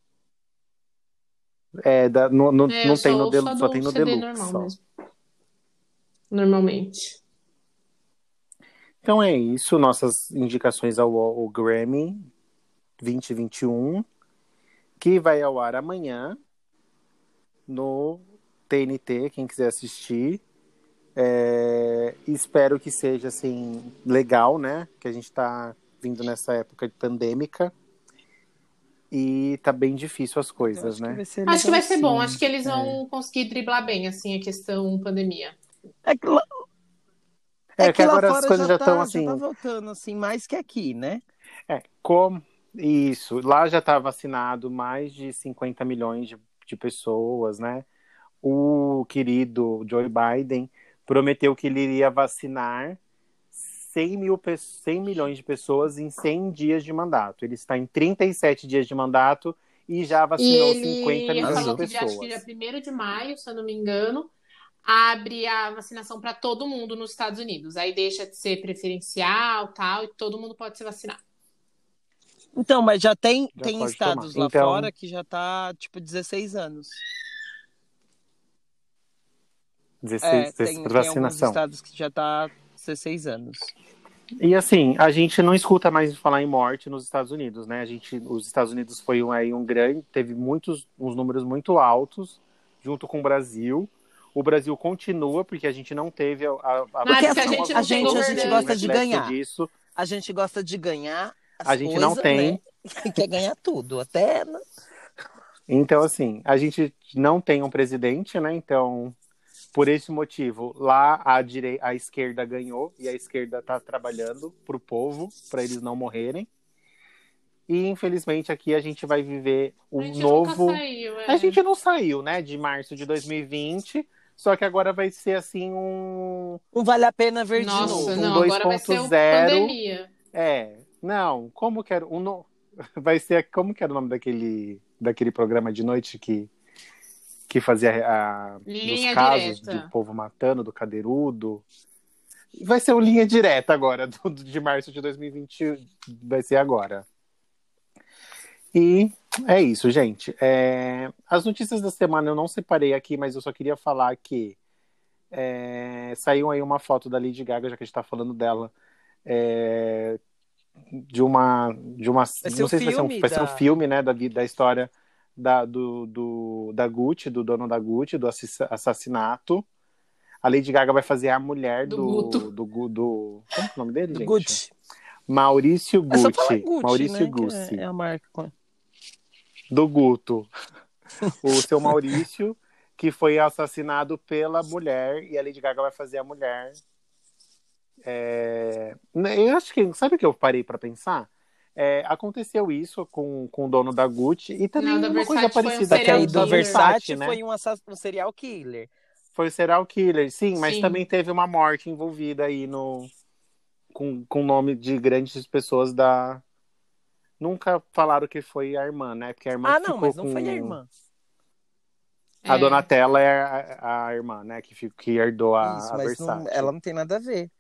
[SPEAKER 1] É, da, no, no,
[SPEAKER 4] É,
[SPEAKER 1] não
[SPEAKER 4] eu
[SPEAKER 1] tem
[SPEAKER 4] só
[SPEAKER 1] no
[SPEAKER 4] ouço
[SPEAKER 1] Deluxe,
[SPEAKER 4] a
[SPEAKER 1] só
[SPEAKER 4] do
[SPEAKER 1] tem no
[SPEAKER 4] C D
[SPEAKER 1] Deluxe.
[SPEAKER 4] normal
[SPEAKER 1] Só.
[SPEAKER 4] mesmo. Normalmente.
[SPEAKER 1] Então é isso, nossas indicações ao, ao Grammy vinte e vinte e um, que vai ao ar amanhã no T N T, quem quiser assistir. É, espero que seja assim legal, né? Que a gente tá vindo nessa época de pandêmica e tá bem difícil as coisas,
[SPEAKER 2] acho que
[SPEAKER 1] né?
[SPEAKER 2] vai ser
[SPEAKER 4] Acho que vai ser bom.
[SPEAKER 2] legalzinho.
[SPEAKER 4] Acho que eles vão conseguir driblar bem, assim, a questão pandemia.
[SPEAKER 2] É que lá,
[SPEAKER 1] É,
[SPEAKER 2] é
[SPEAKER 1] que
[SPEAKER 2] que lá
[SPEAKER 1] agora as
[SPEAKER 2] fora
[SPEAKER 1] coisas
[SPEAKER 2] já
[SPEAKER 1] já estão
[SPEAKER 2] tá,
[SPEAKER 1] assim.
[SPEAKER 2] já tá voltando assim, mais que aqui, né?
[SPEAKER 1] É, como isso, lá já tá vacinado mais de cinquenta milhões de, de pessoas, né? O querido Joe Biden prometeu que ele iria vacinar cem, mil, cem milhões de pessoas em cem dias de mandato. Ele está em trinta e sete dias de mandato e já
[SPEAKER 4] E
[SPEAKER 1] vacinou cinquenta
[SPEAKER 4] ele
[SPEAKER 1] milhões
[SPEAKER 4] falou
[SPEAKER 1] de
[SPEAKER 4] que dia, acho que
[SPEAKER 1] pessoas.
[SPEAKER 4] dia primeiro de maio, se eu não me engano, abre a vacinação para todo mundo nos Estados Unidos. Aí deixa de ser preferencial, tal, e todo mundo pode se vacinar.
[SPEAKER 2] Então, mas já tem,
[SPEAKER 1] Já
[SPEAKER 2] tem
[SPEAKER 1] pode
[SPEAKER 2] estados
[SPEAKER 1] tomar.
[SPEAKER 2] lá
[SPEAKER 1] Então,
[SPEAKER 2] fora que já tá, tipo, dezesseis anos.
[SPEAKER 1] dezesseis,
[SPEAKER 2] É,
[SPEAKER 1] dezesseis
[SPEAKER 2] tem,
[SPEAKER 1] para
[SPEAKER 2] tem alguns
[SPEAKER 1] vacinação.
[SPEAKER 2] estados que já tá dezesseis anos.
[SPEAKER 1] E assim, a gente não escuta mais falar em morte nos Estados Unidos, né? A gente, os Estados Unidos foi um, aí um grande, teve muitos, uns números muito altos, junto com o Brasil. O Brasil continua, porque a gente não teve a, a, a
[SPEAKER 4] Mas
[SPEAKER 2] Porque
[SPEAKER 4] que a
[SPEAKER 2] assim,
[SPEAKER 4] gente
[SPEAKER 2] a
[SPEAKER 4] não tem
[SPEAKER 2] gente, a gente
[SPEAKER 4] governante.
[SPEAKER 2] gosta de
[SPEAKER 1] reflexo
[SPEAKER 2] ganhar.
[SPEAKER 1] disso.
[SPEAKER 2] A gente gosta de ganhar as
[SPEAKER 1] A gente
[SPEAKER 2] coisas,
[SPEAKER 1] não tem.
[SPEAKER 2] né? Quer ganhar tudo, até...
[SPEAKER 1] Então, assim, a gente não tem um presidente, né? Então, por esse motivo, lá a, direi- a esquerda ganhou e a esquerda está trabalhando para o povo, para eles não morrerem. E, infelizmente, aqui a gente vai viver um
[SPEAKER 4] A gente
[SPEAKER 1] novo...
[SPEAKER 4] nunca saiu, é.
[SPEAKER 1] A gente não saiu, né? De março de dois mil e vinte, só que agora vai ser, assim, um...
[SPEAKER 2] Não vale a pena ver de
[SPEAKER 4] Nossa,
[SPEAKER 2] novo.
[SPEAKER 1] um
[SPEAKER 4] não, agora vai ser o
[SPEAKER 1] dois ponto zero.
[SPEAKER 4] pandemia.
[SPEAKER 1] É, não, como que era... Um no... Vai ser... Como que era o nome daquele, daquele programa de noite que, que fazia a...
[SPEAKER 4] Linha
[SPEAKER 1] dos casos
[SPEAKER 4] direta.
[SPEAKER 1] do povo matando, do cadeirudo? Vai ser o Linha Direta agora, do, do- de março de dois mil e vinte, vai ser agora. E é isso, gente. É, as notícias da semana eu não separei aqui, mas eu só queria falar que é, saiu aí uma foto da Lady Gaga, já que a gente tá falando dela, é, de uma, de uma,
[SPEAKER 2] Vai ser
[SPEAKER 1] não
[SPEAKER 2] o
[SPEAKER 1] sei se vai ser um,
[SPEAKER 2] filme
[SPEAKER 1] vai ser um
[SPEAKER 2] da-
[SPEAKER 1] filme, né, da, vi- da história da, do, do, da Gucci, do dono da Gucci, do assis- assassinato. A Lady Gaga vai fazer a mulher
[SPEAKER 4] Do
[SPEAKER 1] do,
[SPEAKER 4] Guto.
[SPEAKER 1] do, Gu- do, como que é o nome dele,
[SPEAKER 2] Do
[SPEAKER 1] gente?
[SPEAKER 2] Gucci.
[SPEAKER 1] Maurício
[SPEAKER 2] É só falar
[SPEAKER 1] Gucci.
[SPEAKER 2] Gucci,
[SPEAKER 1] Maurício
[SPEAKER 2] né?
[SPEAKER 1] Gucci.
[SPEAKER 2] Que é, é a marca.
[SPEAKER 1] Do Guto. O seu Maurício, que foi assassinado pela mulher, e a Lady Gaga vai fazer a mulher. É, eu acho que, sabe o que eu parei pra pensar? É, aconteceu isso com, com o dono da Gucci e também
[SPEAKER 4] Não, da
[SPEAKER 1] uma coisa
[SPEAKER 4] Versace foi um
[SPEAKER 1] parecida
[SPEAKER 2] Só que aí
[SPEAKER 1] com
[SPEAKER 2] do
[SPEAKER 1] a
[SPEAKER 2] Versace
[SPEAKER 1] né?
[SPEAKER 2] foi um, assa- um serial killer.
[SPEAKER 1] Foi o serial killer, sim, mas
[SPEAKER 4] Sim.
[SPEAKER 1] também teve uma morte envolvida aí no com com o nome de grandes pessoas da. Nunca falaram que foi a irmã, né? Porque a irmã
[SPEAKER 2] Ah,
[SPEAKER 1] que
[SPEAKER 2] não,
[SPEAKER 1] ficou
[SPEAKER 2] mas não
[SPEAKER 1] com...
[SPEAKER 2] foi a irmã.
[SPEAKER 1] A
[SPEAKER 4] É.
[SPEAKER 1] Donatella é a, a irmã, né? Que, fi- que herdou a,
[SPEAKER 2] Isso,
[SPEAKER 1] a
[SPEAKER 2] mas
[SPEAKER 1] Versace.
[SPEAKER 2] não, ela não tem nada a ver.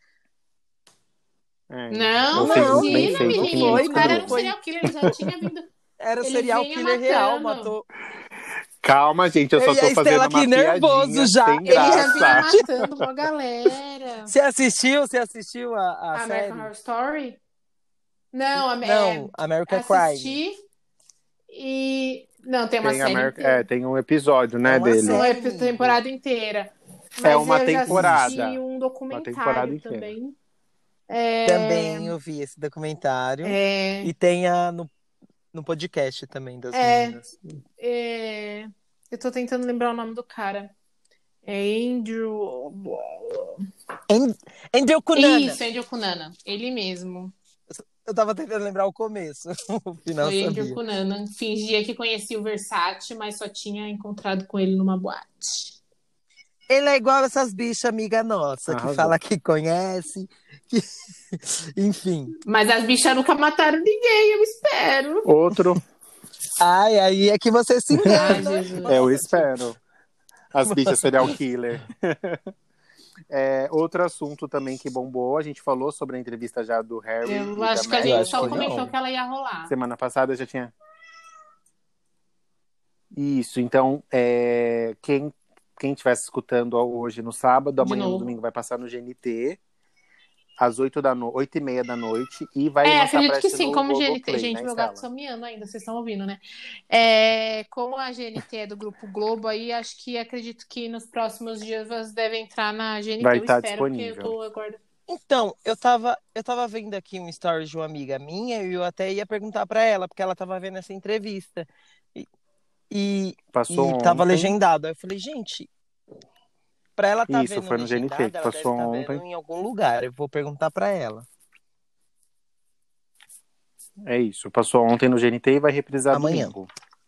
[SPEAKER 1] É,
[SPEAKER 4] Não,
[SPEAKER 1] eu fiz
[SPEAKER 2] não,
[SPEAKER 1] muito bem
[SPEAKER 4] imagina,
[SPEAKER 1] feito que
[SPEAKER 2] não
[SPEAKER 4] menino.
[SPEAKER 1] ninguém
[SPEAKER 2] foi,
[SPEAKER 4] O cara
[SPEAKER 1] descobriu.
[SPEAKER 4] era um serial killer, ele já tinha vindo.
[SPEAKER 2] Era
[SPEAKER 4] Ele
[SPEAKER 2] serial
[SPEAKER 4] vinha
[SPEAKER 2] killer real,
[SPEAKER 4] matando.
[SPEAKER 2] matou.
[SPEAKER 1] Calma, gente, eu
[SPEAKER 2] Eu
[SPEAKER 1] só
[SPEAKER 2] e a
[SPEAKER 1] tô fazendo
[SPEAKER 2] Estela
[SPEAKER 1] uma
[SPEAKER 2] aqui nervoso
[SPEAKER 1] piadinha
[SPEAKER 2] já.
[SPEAKER 1] sem
[SPEAKER 2] Ele
[SPEAKER 4] Ele já
[SPEAKER 1] graça.
[SPEAKER 4] vinha matando uma galera.
[SPEAKER 2] Você assistiu? Você assistiu a, a
[SPEAKER 4] American
[SPEAKER 2] série?
[SPEAKER 4] Horror Story? Não,
[SPEAKER 2] Não,
[SPEAKER 4] é,
[SPEAKER 2] American Crime.
[SPEAKER 4] assisti e... Não, tem uma
[SPEAKER 1] Tem,
[SPEAKER 4] série
[SPEAKER 1] America...
[SPEAKER 4] inteira.
[SPEAKER 1] é, tem um episódio, né,
[SPEAKER 2] É uma
[SPEAKER 1] dele.
[SPEAKER 4] Uma
[SPEAKER 2] série,
[SPEAKER 4] ep-
[SPEAKER 2] amigo.
[SPEAKER 4] temporada inteira.
[SPEAKER 1] É
[SPEAKER 4] Mas
[SPEAKER 1] uma
[SPEAKER 4] eu já
[SPEAKER 1] temporada.
[SPEAKER 4] assisti um
[SPEAKER 1] Uma temporada
[SPEAKER 4] documentário
[SPEAKER 1] inteira.
[SPEAKER 4] também. É,
[SPEAKER 2] Também eu vi esse documentário.
[SPEAKER 4] é,
[SPEAKER 2] E tem a, no, no podcast também das
[SPEAKER 4] É.
[SPEAKER 2] meninas.
[SPEAKER 4] é, eu tô tentando lembrar o nome do cara. É Andrew.
[SPEAKER 2] An- Andrew Cunanan.
[SPEAKER 4] Isso, Andrew Cunanan. Ele mesmo.
[SPEAKER 2] Eu tava tentando lembrar o começo. O final
[SPEAKER 4] Foi
[SPEAKER 2] eu
[SPEAKER 4] Andrew
[SPEAKER 2] sabia.
[SPEAKER 4] Cunanan. Fingia que conhecia o Versace, mas só tinha encontrado com ele numa boate.
[SPEAKER 2] Ele é igual essas bichas amiga nossa, que
[SPEAKER 1] Arrasou.
[SPEAKER 2] fala que conhece. que- Enfim.
[SPEAKER 4] Mas as bichas nunca mataram ninguém, eu espero.
[SPEAKER 1] Outro,
[SPEAKER 2] Ai, aí é que você se
[SPEAKER 4] Ai,
[SPEAKER 2] engana.
[SPEAKER 4] Jesus.
[SPEAKER 1] é, eu espero. As bichas serial killer. É, outro assunto também que bombou, a gente falou sobre a entrevista já do Harry
[SPEAKER 4] Eu
[SPEAKER 1] e
[SPEAKER 4] acho
[SPEAKER 1] da
[SPEAKER 4] que a
[SPEAKER 2] Eu
[SPEAKER 1] Meghan.
[SPEAKER 4] gente
[SPEAKER 2] acho
[SPEAKER 4] só
[SPEAKER 2] que
[SPEAKER 4] comentou
[SPEAKER 2] não.
[SPEAKER 4] que ela ia rolar.
[SPEAKER 1] Semana passada já tinha. Isso, então, é, quem, quem estivesse escutando hoje no sábado,
[SPEAKER 4] De
[SPEAKER 1] amanhã no
[SPEAKER 4] novo.
[SPEAKER 1] domingo vai passar no G N T, às oito da no... oito e meia da noite, e vai
[SPEAKER 4] É,
[SPEAKER 1] lançar
[SPEAKER 4] acredito
[SPEAKER 1] pra
[SPEAKER 4] que
[SPEAKER 1] assistir
[SPEAKER 4] sim,
[SPEAKER 1] no
[SPEAKER 4] como G N T.
[SPEAKER 1] Globoplay,
[SPEAKER 4] Gente,
[SPEAKER 1] né,
[SPEAKER 4] meu gato
[SPEAKER 1] Estela?
[SPEAKER 4] tá miando ainda, vocês estão ouvindo, né? É, como a G N T é do Grupo Globo, aí acho que acredito que nos próximos dias você deve entrar na G N T.
[SPEAKER 1] Vai
[SPEAKER 4] Eu
[SPEAKER 1] estar
[SPEAKER 4] espero, porque eu
[SPEAKER 1] disponível.
[SPEAKER 4] tô agora.
[SPEAKER 2] Então, eu tava, eu tava vendo aqui um story de uma amiga minha e eu até ia perguntar pra ela, porque ela tava vendo essa entrevista. E, e,
[SPEAKER 1] Passou
[SPEAKER 2] e tava
[SPEAKER 1] ontem.
[SPEAKER 2] legendado. Aí eu falei, gente, pra ela tá
[SPEAKER 1] Isso,
[SPEAKER 2] vendo
[SPEAKER 1] foi no G N T,
[SPEAKER 2] legendado,
[SPEAKER 1] que
[SPEAKER 2] ela deve
[SPEAKER 1] passou
[SPEAKER 2] estar
[SPEAKER 1] ontem.
[SPEAKER 2] vendo em algum lugar. Eu vou perguntar pra ela.
[SPEAKER 1] É isso, passou ontem no G N T e vai reprisar
[SPEAKER 2] Amanhã.
[SPEAKER 1] domingo.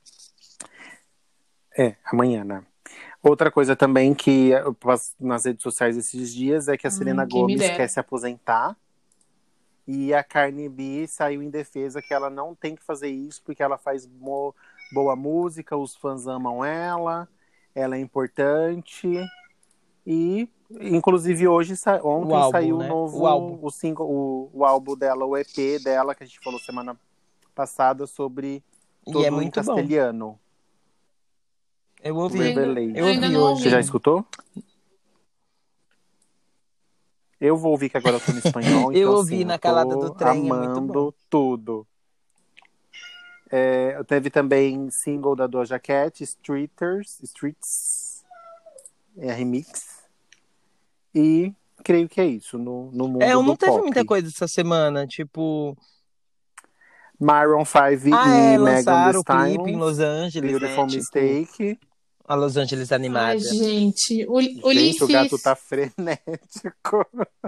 [SPEAKER 1] É, amanhã, né? Outra coisa também que eu passo nas redes sociais esses dias é que a
[SPEAKER 4] Ai,
[SPEAKER 1] Selena
[SPEAKER 4] quem me
[SPEAKER 1] Gomez
[SPEAKER 4] dera.
[SPEAKER 1] quer se aposentar e a Cardi B saiu em defesa que ela não tem que fazer isso porque ela faz mo- boa música, os fãs amam ela, ela é importante e inclusive hoje sa- ontem
[SPEAKER 2] O álbum,
[SPEAKER 1] saiu
[SPEAKER 2] né?
[SPEAKER 1] o novo
[SPEAKER 2] O álbum.
[SPEAKER 1] o single, o, o álbum dela, o E P dela que a gente falou semana passada sobre
[SPEAKER 2] E
[SPEAKER 1] Todo
[SPEAKER 2] é
[SPEAKER 1] em
[SPEAKER 2] muito bom.
[SPEAKER 1] Castelhano.
[SPEAKER 2] Eu ouvi.
[SPEAKER 1] Revelation.
[SPEAKER 2] Eu
[SPEAKER 4] ainda
[SPEAKER 2] ouvi
[SPEAKER 4] não
[SPEAKER 2] hoje.
[SPEAKER 1] Você já
[SPEAKER 4] ouvi.
[SPEAKER 1] escutou? Eu vou ouvir que agora eu tô no espanhol,
[SPEAKER 2] Eu
[SPEAKER 1] então
[SPEAKER 2] ouvi
[SPEAKER 1] assim,
[SPEAKER 2] na
[SPEAKER 1] eu
[SPEAKER 2] calada
[SPEAKER 1] tô
[SPEAKER 2] do trem, é muito
[SPEAKER 1] amando tudo. É, teve também single da Doja Cat, Streeters, Streets, é a remix. E creio que é isso no, no mundo
[SPEAKER 2] É, eu não
[SPEAKER 1] do
[SPEAKER 2] teve
[SPEAKER 1] pop.
[SPEAKER 2] muita coisa essa semana, tipo...
[SPEAKER 1] Maroon five
[SPEAKER 2] Ah,
[SPEAKER 1] e
[SPEAKER 2] é,
[SPEAKER 1] Megan Thee
[SPEAKER 2] lançaram o clipe em
[SPEAKER 1] Stallion,
[SPEAKER 2] Los Angeles,
[SPEAKER 1] Beautiful
[SPEAKER 2] né? Tipo,
[SPEAKER 1] Mistake.
[SPEAKER 2] a Los Angeles
[SPEAKER 4] Ai,
[SPEAKER 2] animada.
[SPEAKER 4] gente. U-
[SPEAKER 1] Gente,
[SPEAKER 4] Ulisses.
[SPEAKER 1] o gato tá frenético.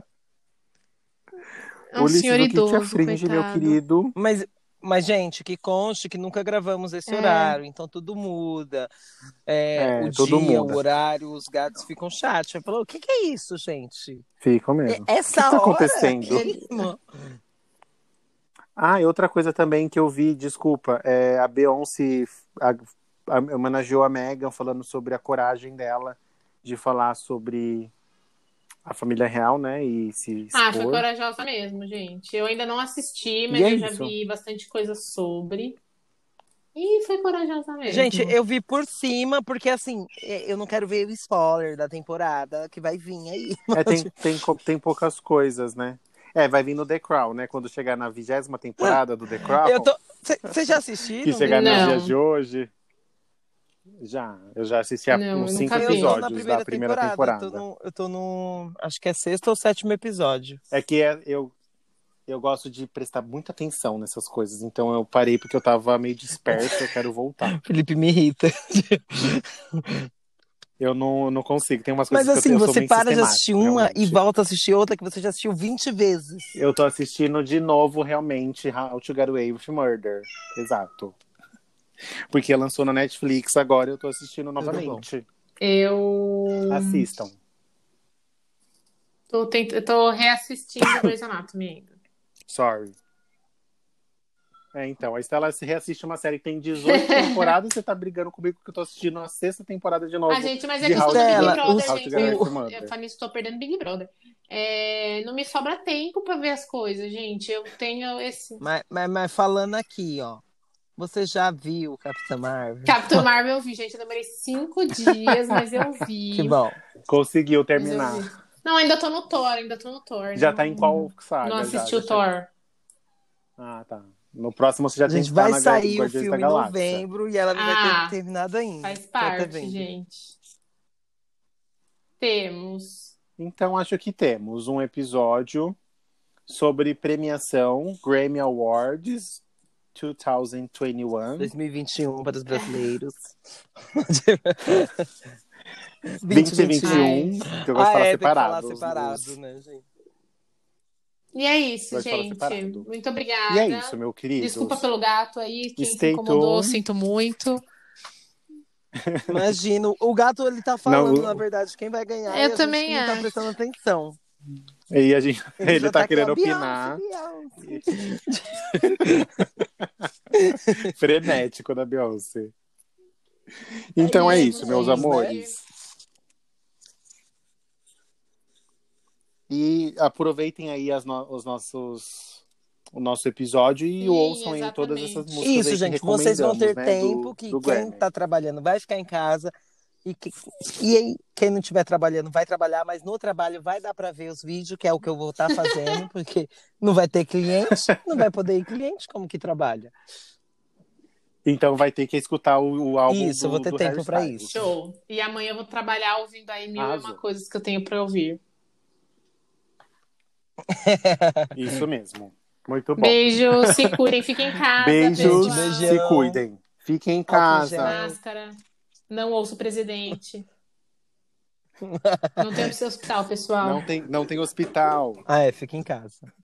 [SPEAKER 4] É um
[SPEAKER 1] Ulisses,
[SPEAKER 4] senhor
[SPEAKER 1] o que te
[SPEAKER 4] idoso,
[SPEAKER 1] aflige, meu
[SPEAKER 4] coitado.
[SPEAKER 1] querido?
[SPEAKER 2] Mas, mas, gente, que conste que nunca gravamos esse
[SPEAKER 4] É.
[SPEAKER 2] horário, então tudo muda. É,
[SPEAKER 1] É,
[SPEAKER 2] o
[SPEAKER 1] tudo
[SPEAKER 2] dia,
[SPEAKER 1] muda.
[SPEAKER 2] o horário, os gatos ficam chatos. Eu falo, o que que é isso, gente?
[SPEAKER 1] Ficam
[SPEAKER 2] É-
[SPEAKER 1] mesmo.
[SPEAKER 2] Essa
[SPEAKER 1] O que tá
[SPEAKER 2] hora
[SPEAKER 1] acontecendo?
[SPEAKER 2] que ele...
[SPEAKER 1] Ah, e outra coisa também que eu vi, desculpa, é a Beyoncé a, a, homenageou a Meghan falando sobre a coragem dela de falar sobre a família real, né, e se
[SPEAKER 4] Ah, foi
[SPEAKER 1] expor.
[SPEAKER 4] corajosa mesmo, gente. Eu ainda não assisti, mas
[SPEAKER 1] E é
[SPEAKER 4] eu já
[SPEAKER 1] isso.
[SPEAKER 4] vi bastante coisa sobre. E foi corajosa mesmo.
[SPEAKER 2] Gente, eu vi por cima, porque assim, é, eu não quero ver o spoiler da temporada que vai vir aí.
[SPEAKER 1] É, tem, tem, co- tem poucas coisas, né? É, vai vir no The Crown, né? Quando chegar na vigésima temporada do The Crown,
[SPEAKER 2] Eu tô. Vocês já assistiram?
[SPEAKER 1] que chegar nos
[SPEAKER 4] Não.
[SPEAKER 1] dias de hoje. Já, eu já assisti a,
[SPEAKER 4] Não,
[SPEAKER 1] uns
[SPEAKER 4] eu
[SPEAKER 1] cinco
[SPEAKER 4] nunca vi.
[SPEAKER 2] Eu tô na
[SPEAKER 1] episódios
[SPEAKER 2] primeira
[SPEAKER 1] da primeira
[SPEAKER 2] temporada.
[SPEAKER 1] temporada.
[SPEAKER 2] Eu tô, no, eu tô no. Acho que é sexto ou sétimo episódio.
[SPEAKER 1] É que é- eu, eu gosto de prestar muita atenção nessas coisas, então eu parei porque eu tava meio disperso, eu quero voltar.
[SPEAKER 2] Felipe me irrita.
[SPEAKER 1] Eu não, não consigo, tem umas coisas
[SPEAKER 2] Mas
[SPEAKER 1] que
[SPEAKER 2] assim,
[SPEAKER 1] eu, eu sou
[SPEAKER 2] você
[SPEAKER 1] bem
[SPEAKER 2] para de
[SPEAKER 1] sistemático,
[SPEAKER 2] assistir uma
[SPEAKER 1] realmente.
[SPEAKER 2] e volta a assistir outra que você já assistiu vinte vezes.
[SPEAKER 1] Eu tô assistindo de novo, realmente, How to Get Away with Murder. Exato. Porque lançou na Netflix, agora eu tô assistindo novamente.
[SPEAKER 4] Eu
[SPEAKER 1] Assistam.
[SPEAKER 4] tô, tent... eu tô reassistindo Grey's Anatomy ainda.
[SPEAKER 1] Sorry. É, então, a Estela se reassiste uma série que tem dezoito temporadas, você tá brigando comigo que eu tô assistindo a sexta temporada de novo.
[SPEAKER 4] Ah, gente, mas é
[SPEAKER 1] de
[SPEAKER 4] que eu tô
[SPEAKER 1] How
[SPEAKER 4] no
[SPEAKER 1] to
[SPEAKER 4] Big
[SPEAKER 2] Stella,
[SPEAKER 1] Get-
[SPEAKER 4] Brother,
[SPEAKER 1] How to
[SPEAKER 4] gente.
[SPEAKER 1] Get Away with
[SPEAKER 4] Eu,
[SPEAKER 1] Murder.
[SPEAKER 4] eu falei isso, tô perdendo Big Brother. É, não me sobra tempo pra ver as coisas, gente. Eu tenho esse.
[SPEAKER 2] Mas, mas, mas falando aqui, ó. Você já viu Capitã Marvel?
[SPEAKER 4] Capitã Marvel eu vi, gente. Eu demorei cinco dias, mas eu vi.
[SPEAKER 2] Que bom.
[SPEAKER 1] Conseguiu
[SPEAKER 4] Mas eu
[SPEAKER 1] terminar.
[SPEAKER 4] vi. Não, ainda tô no Thor, ainda tô no Thor.
[SPEAKER 1] Já
[SPEAKER 4] não,
[SPEAKER 1] tá em qual saga?
[SPEAKER 4] Não
[SPEAKER 1] já,
[SPEAKER 4] assisti o
[SPEAKER 1] já
[SPEAKER 4] Thor.
[SPEAKER 1] Ah, tá. No próximo você já tem
[SPEAKER 2] Gente,
[SPEAKER 1] que estar
[SPEAKER 2] vai
[SPEAKER 1] na
[SPEAKER 2] sair o
[SPEAKER 1] Guardiões da
[SPEAKER 2] filme em
[SPEAKER 1] Galáxia.
[SPEAKER 2] novembro e ela não vai ter
[SPEAKER 4] Ah,
[SPEAKER 2] terminado ainda.
[SPEAKER 4] faz
[SPEAKER 2] Tô até
[SPEAKER 4] parte,
[SPEAKER 2] vendo.
[SPEAKER 4] gente. Temos.
[SPEAKER 1] Então, acho que temos um episódio sobre premiação Grammy Awards dois mil e vinte e um.
[SPEAKER 2] dois mil e vinte e um para os brasileiros.
[SPEAKER 1] vinte e vinte e um, que eu gosto de
[SPEAKER 2] Ah,
[SPEAKER 1] falar
[SPEAKER 2] é,
[SPEAKER 1] separado.
[SPEAKER 2] tem que falar
[SPEAKER 1] os-
[SPEAKER 2] separado,
[SPEAKER 1] os-
[SPEAKER 2] né, gente?
[SPEAKER 4] E é isso,
[SPEAKER 1] Gosto de falar
[SPEAKER 4] gente.
[SPEAKER 1] separado.
[SPEAKER 4] Muito obrigada.
[SPEAKER 1] E é isso, meu querido.
[SPEAKER 4] Desculpa pelo gato aí. Quem se
[SPEAKER 1] Stay
[SPEAKER 4] incomodou,
[SPEAKER 1] tuned.
[SPEAKER 4] sinto muito.
[SPEAKER 2] Imagino. O gato, ele tá falando,
[SPEAKER 1] Não,
[SPEAKER 2] na verdade, quem vai ganhar
[SPEAKER 4] Eu
[SPEAKER 2] e a
[SPEAKER 4] também
[SPEAKER 2] gente não tá
[SPEAKER 4] acho.
[SPEAKER 2] prestando atenção.
[SPEAKER 1] E a gente, ele,
[SPEAKER 2] já
[SPEAKER 1] tá,
[SPEAKER 2] aqui,
[SPEAKER 1] querendo
[SPEAKER 2] ó,
[SPEAKER 1] opinar.
[SPEAKER 2] Beyoncé,
[SPEAKER 1] Frenético da Beyoncé. Então é,
[SPEAKER 2] É
[SPEAKER 1] isso,
[SPEAKER 2] isso,
[SPEAKER 1] meus
[SPEAKER 2] né?
[SPEAKER 1] amores. E aproveitem aí as no- os nossos, o nosso episódio e
[SPEAKER 4] Sim,
[SPEAKER 1] ouçam aí todas
[SPEAKER 4] exatamente.
[SPEAKER 1] essas músicas aí
[SPEAKER 2] Isso,
[SPEAKER 1] que
[SPEAKER 2] gente, vocês vão ter
[SPEAKER 1] recomendamos, né,
[SPEAKER 2] tempo
[SPEAKER 1] do,
[SPEAKER 2] que
[SPEAKER 1] do
[SPEAKER 2] quem
[SPEAKER 1] Grammy.
[SPEAKER 2] tá trabalhando vai ficar em casa e, que, e aí, quem não estiver trabalhando vai trabalhar, mas no trabalho vai dar para ver os vídeos, que é o que eu vou estar fazendo, porque não vai ter cliente, não vai poder ir cliente, como que trabalha?
[SPEAKER 1] Então vai ter que escutar o, o álbum
[SPEAKER 2] Isso, eu
[SPEAKER 1] do,
[SPEAKER 2] vou ter
[SPEAKER 1] do
[SPEAKER 2] tempo
[SPEAKER 1] Harry
[SPEAKER 2] pra
[SPEAKER 1] Styles.
[SPEAKER 2] isso.
[SPEAKER 4] Show. E amanhã eu vou trabalhar ouvindo aí mil e
[SPEAKER 1] Arrasou.
[SPEAKER 4] uma coisas que eu tenho pra ouvir.
[SPEAKER 1] Isso mesmo. Muito bom.
[SPEAKER 4] Beijo, se cuidem, fiquem em casa.
[SPEAKER 1] Beijos,
[SPEAKER 2] Gente,
[SPEAKER 4] pessoal.
[SPEAKER 1] se
[SPEAKER 2] beijão.
[SPEAKER 1] cuidem. Fiquem em
[SPEAKER 2] Álcool
[SPEAKER 1] casa.
[SPEAKER 2] gel.
[SPEAKER 4] Máscara. Não ouço o presidente. Não tem pra ser hospital, pessoal.
[SPEAKER 1] Não tem, não tem hospital.
[SPEAKER 2] Ah, é, fica em casa.